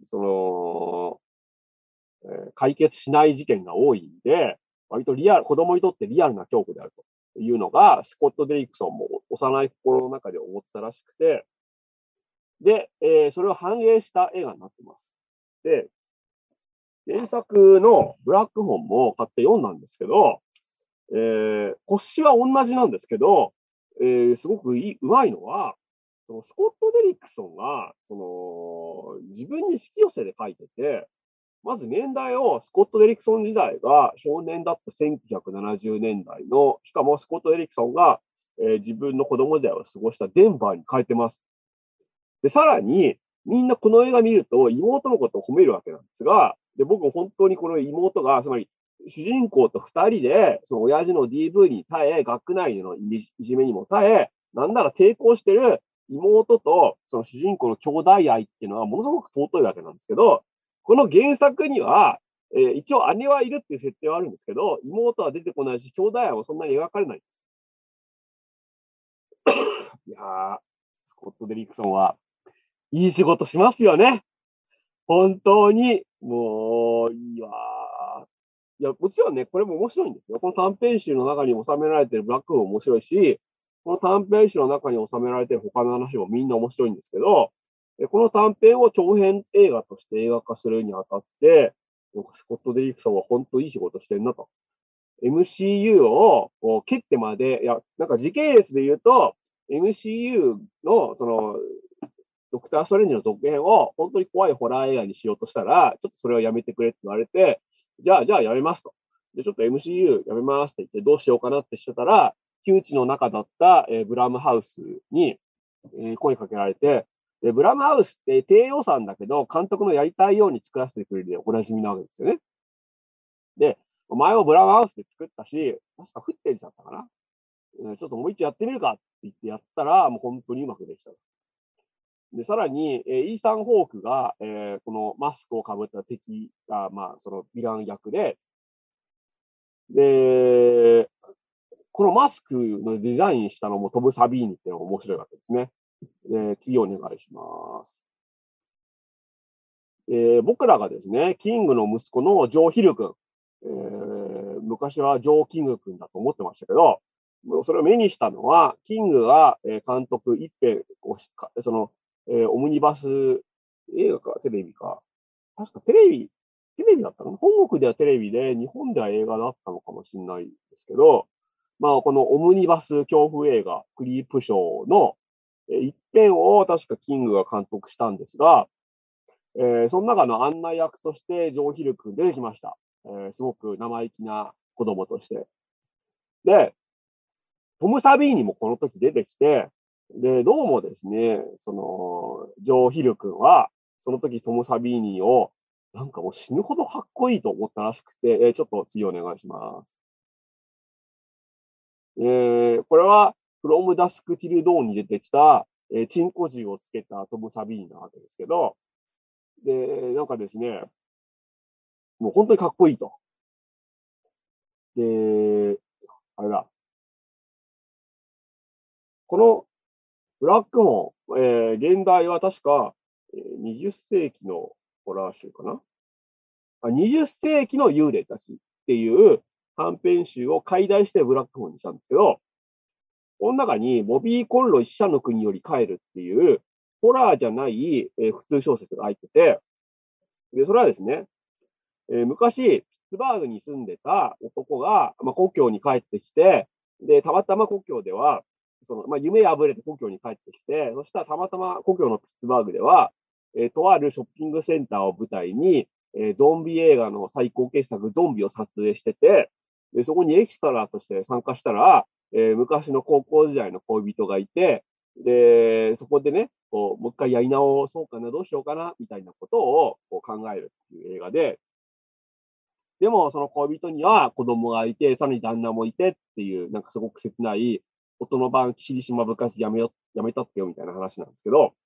解決しない事件が多いんで、割と子供にとってリアルな恐怖であるというのが、スコット・デリクソンも幼い心の中で思ってたらしくて、で、それを反映した映画になってます。で、 原作のブラックホンも買って読んだんですけど、星は同じなんですけど、すごくうまいのは、そのスコット・デリクソンが、自分に引き寄せで書いてて、まず年代をスコット・デリクソン時代が少年だった1970年代の、しかもスコット・デリクソンが、自分の子供時代を過ごしたデンバーに変えてます。で、さらに、みんなこの映画見ると妹のことを褒めるわけなんですが、で、僕本当にこの妹が、つまり主人公と二人で、その親父の DV に耐え、学内でのいじめにも耐え、なんなら抵抗してる妹とその主人公の兄弟愛っていうのはものすごく尊いわけなんですけど、この原作には、一応姉はいるっていう設定はあるんですけど、妹は出てこないし、兄弟愛もそんなに描かれない。いやー、スコット・デリクソンはいい仕事しますよね。本当に、もう、いいわ。いや、もちろんね、これも面白いんですよ。この短編集の中に収められているブラックも面白いし、この短編集の中に収められている他の話もみんな面白いんですけど、この短編を長編映画として映画化するにあたって、スコット・デリクソンは本当いい仕事してるなと。MCU をこう蹴ってまで、いや、なんか時系列で言うと、MCU のそのドクター・ストレンジの続編を本当に怖いホラー映画にしようとしたら、ちょっとそれはやめてくれって言われて、じゃあやめますと。で、ちょっと MCU やめますって言ってどうしようかなってしてたら、窮地の中だった、ブラムハウスに、声かけられて、で、ブラムハウスって低予算だけど、監督のやりたいように作らせてくれるでおなじみなわけですよね。で、前もブラムハウスで作ったし、確かフッテージだったかな。ちょっともう一度やってみるかって言ってやったら、もう本当にうまくできた。で、さらに、イーサン・ホークが、このマスクをかぶった敵が、まあ、そのヴィラン役で、このマスクのデザインしたのもトム・サビーニっていうのが面白いわけですね。次お願いします。僕らがですね、キングの息子のジョー・ヒル君、昔はジョー・キング君だと思ってましたけど、それを目にしたのは、キングが監督一編をその、オムニバス映画かテレビか、確かテレビだったの本国ではテレビで、日本では映画だったのかもしれないですけど、まあ、このオムニバス恐怖映画、クリープショーの一編を確かキングが監督したんですが、その中の案内役としてジョー・ヒル君出てきました。すごく生意気な子供として。で、トム・サビーニもこの時出てきて、で、どうもですね、その、ジョー・ヒル君は、その時トム・サビーニを、なんかもう死ぬほどかっこいいと思ったらしくて、ちょっと次お願いします。これは、フロム・ダスク・ティル・ドーンに出てきた、チンコ銃をつけたトム・サビーニなわけですけど、で、なんかですね、もう本当にかっこいいと。で、あれだ、このブラックモン、現代は確か、20世紀のホラー集かな20世紀の幽霊たちっていう短編集を解題してブラックモンにしたんですけど、この中にボビー・コンロイ死者の国より帰るっていうホラーじゃない、普通小説が入ってて、で、それはですね、昔、ピッツバーグに住んでた男が、まあ、故郷に帰ってきて、で、たまたま故郷では、その、まあ、夢破れて故郷に帰ってきて、そしたらたまたま故郷のピッツバーグでは、とあるショッピングセンターを舞台に、ゾンビ映画の最高傑作、ゾンビを撮影してて、で、そこにエキストラとして参加したら、昔の高校時代の恋人がいて、で、そこでね、こう、もう一回やり直そうかな、どうしようかな、みたいなことをこう考えるっていう映画で、でも、その恋人には子供がいて、さらに旦那もいてっていう、なんかすごく切ない、音の晩、霧島部活やめたってよみたいな話なんですけど、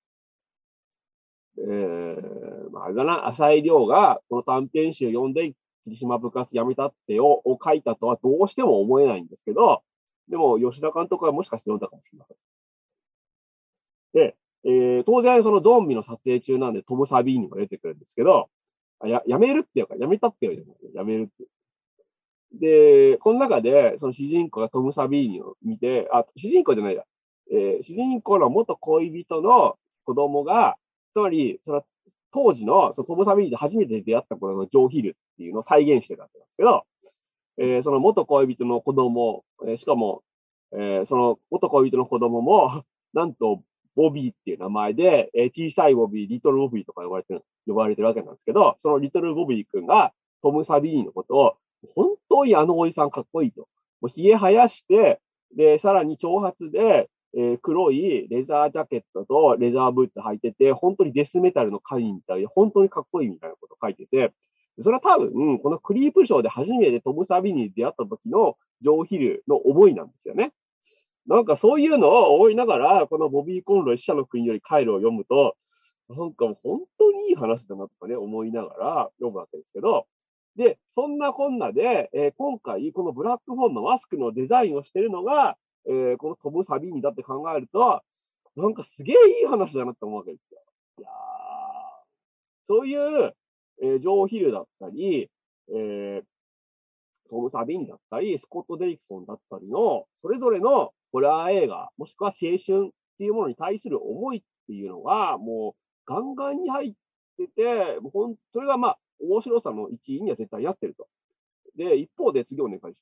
まあ、あれだな、浅井亮がこの短編集を読んで、霧島部活やめたってよを書いたとはどうしても思えないんですけど、でも、吉田監督はもしかして読んだかもしれません。で、当然そのゾンビの撮影中なんでトム・サビーニも出てくるんですけど、やめるっていうか、やめたってよじゃないやめるって。で、この中で、その主人公がトム・サビーニを見て、主人公じゃないや、主人公の元恋人の子供が、つまり、その当時のそのトム・サビーニで初めて出会った頃のジョー・ヒルっていうのを再現してたんですけど、その元恋人の子供、しかも、その元恋人の子供も、なんと、ボビーっていう名前で、小さいボビー、リトルボビーとか呼ばれてるわけなんですけど、そのリトルボビー君がトム・サビーニのことを、本当にあのおじさんかっこいいと。もう髭生やして、で、さらに長髪で、黒いレザージャケットとレザーブーツ履いてて、本当にデスメタルの会員みたいで、本当にかっこいいみたいなことを書いてて、それは多分、このクリープショーで初めてトム・サビーニに出会った時のジョー・ヒルの思いなんですよね。なんかそういうのを思いながら、このボビー・コンロイ死者の国より帰るを読むと、なんかもう本当にいい話だなとかね、思いながら読むわけですけど、で、そんなこんなで、今回、このブラックホーンのマスクのデザインをしているのが、このトム・サビーニだって考えると、なんかすげえいい話だなって思うわけですよ。いやそういう、ジョー・ヒルだったり、えートム・サビーニだったり、スコット・デリクソンだったりの、それぞれのホラー映画、もしくは青春っていうものに対する思いっていうのが、もうガンガンに入ってて、それがまあ、面白さの一因には絶対なってると。で、一方で次お願いします。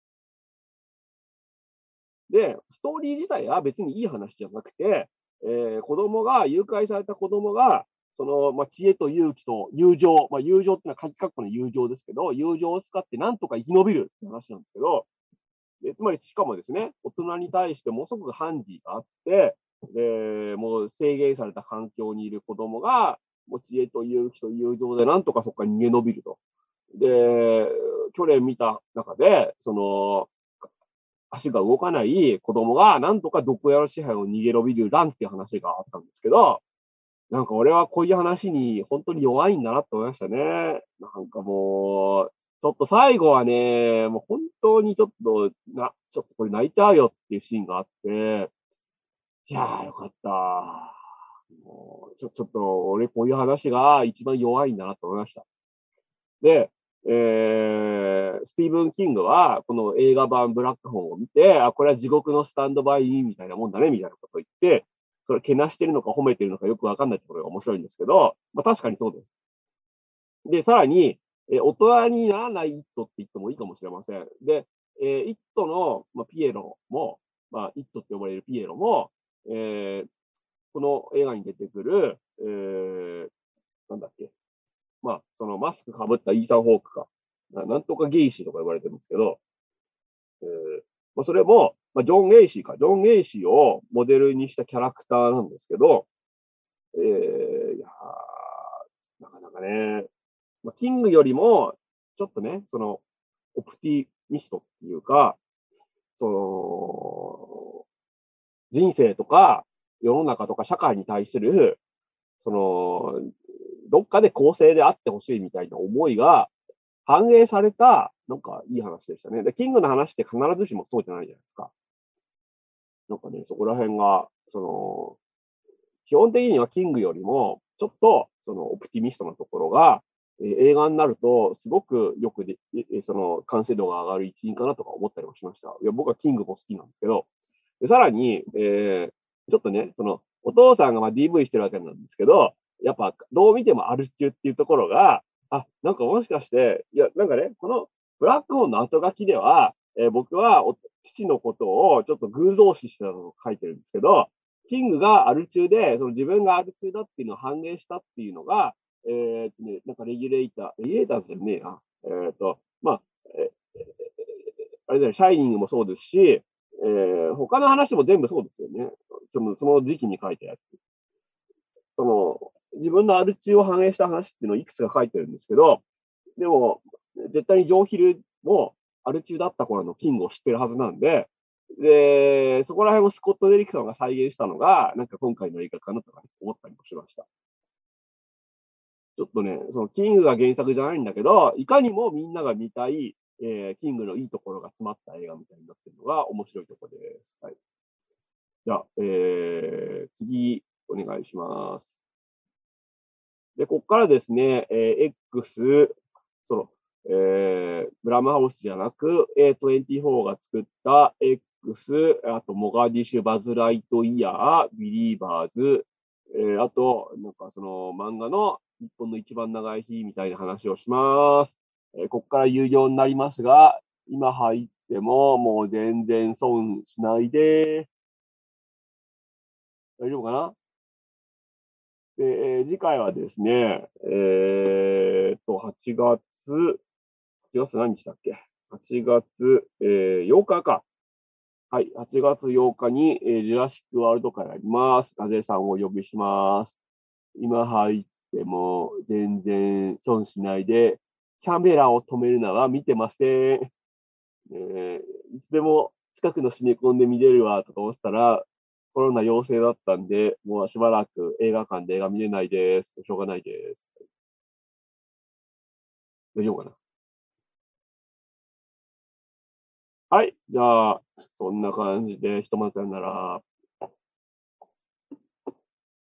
で、ストーリー自体は別にいい話じゃなくて、誘拐された子供が、知恵と勇気と友情、友情っていうのは鍵括弧の友情ですけど、友情を使ってなんとか生き延びるって話なんですけど、つまりしかもですね、大人に対してものすごくハンディがあって、で、もう制限された環境にいる子供が、もう知恵と勇気と友情でなんとかそこから逃げ延びると。で、去年見た中で、足が動かない子供がなんとか毒親の支配を逃げ延びるランっていう話があったんですけど、なんか俺はこういう話に本当に弱いんだなと思いましたね。なんかもう、ちょっと最後はね、もう本当にちょっとこれ泣いちゃうよっていうシーンがあって、いやーよかった。もうちょっと俺こういう話が一番弱いんだなと思いました。で、スティーブン・キングは、この映画版ブラックホーンを見て、あ、これは地獄のスタンドバイミーみたいなもんだね、みたいなことを言って、それけなしてるのか褒めてるのかよくわかんないところが面白いんですけど、確かにそうです。で、さらに、大人にならないイットって言ってもいいかもしれません。で、イットの、ピエロも、イットって呼ばれるピエロも、えーこの映画に出てくる、なんだっけ、そのマスクかぶったイーサン・ホークか、なんとかゲイシーとか呼ばれてるんですけど、えーそれも、ジョン・ゲイシーか、ジョン・ゲイシーをモデルにしたキャラクターなんですけど、いやなかなかね、キングよりも、ちょっとね、オプティミストっていうか、その、人生とか世の中とか社会に対する、その、どっかで公正であってほしいみたいな思いが反映された、なんかいい話でしたね。で、キングの話って必ずしもそうじゃないじゃないですか。なんかね、そこら辺が、基本的にはキングよりも、ちょっと、オプティミストなところが、映画になると、すごくよくで、完成度が上がる一因かなとか思ったりもしました。いや、僕はキングも好きなんですけど、でさらに、ちょっとね、お父さんがDV してるわけなんですけど、やっぱどう見てもアル中っていうところが、なんかもしかして、いや、なんかね、このブラックホーンの後書きでは、僕は父のことをちょっと偶像視してたのを書いてるんですけど、キングがアル中で、自分がアル中だっていうのを反映したっていうのが、なんかレギュレーターズじゃねえな。まあ、えあれだよ、シャイニングもそうですし、他の話も全部そうですよね。その時期に書いたやつ。自分のアル中を反映した話っていうのをいくつか書いてるんですけど、でも、絶対にジョー・ヒルもアル中だった頃のキングを知ってるはずなんで、で、そこら辺をスコット・デリクソンが再現したのが、なんか今回の映画かなとか思ったりもしました。ちょっとね、そのキングが原作じゃないんだけど、いかにもみんなが見たい、キングのいいところが詰まった映画みたいになってるのが面白いところです。はい。じゃあ、次、お願いします。で、ここからですね、X、その、ブラムハウスじゃなく、A24 が作った X、あと、モガディシュ、バズ・ライトイヤー、ビリーバーズ、あと、なんかその漫画の日本の一番長い日みたいな話をします。ここから有料になりますが、今入ってももう全然損しないで。大丈夫かな。で、次回はですね、8月、8月何日だっけ？ 8 月、8日か。はい、8月8日に、ジュラシックワールド会やります。なぜさんをお呼びします。今入っても全然損しないで、キャメラを止めるなら見てません。いつでも近くのシネコンで見れるわとか思ったら、コロナ陽性だったんで、もうしばらく映画館で映画見れないです。しょうがないです。大丈夫かな。はい。じゃあ、そんな感じで、ひとまずさよなら。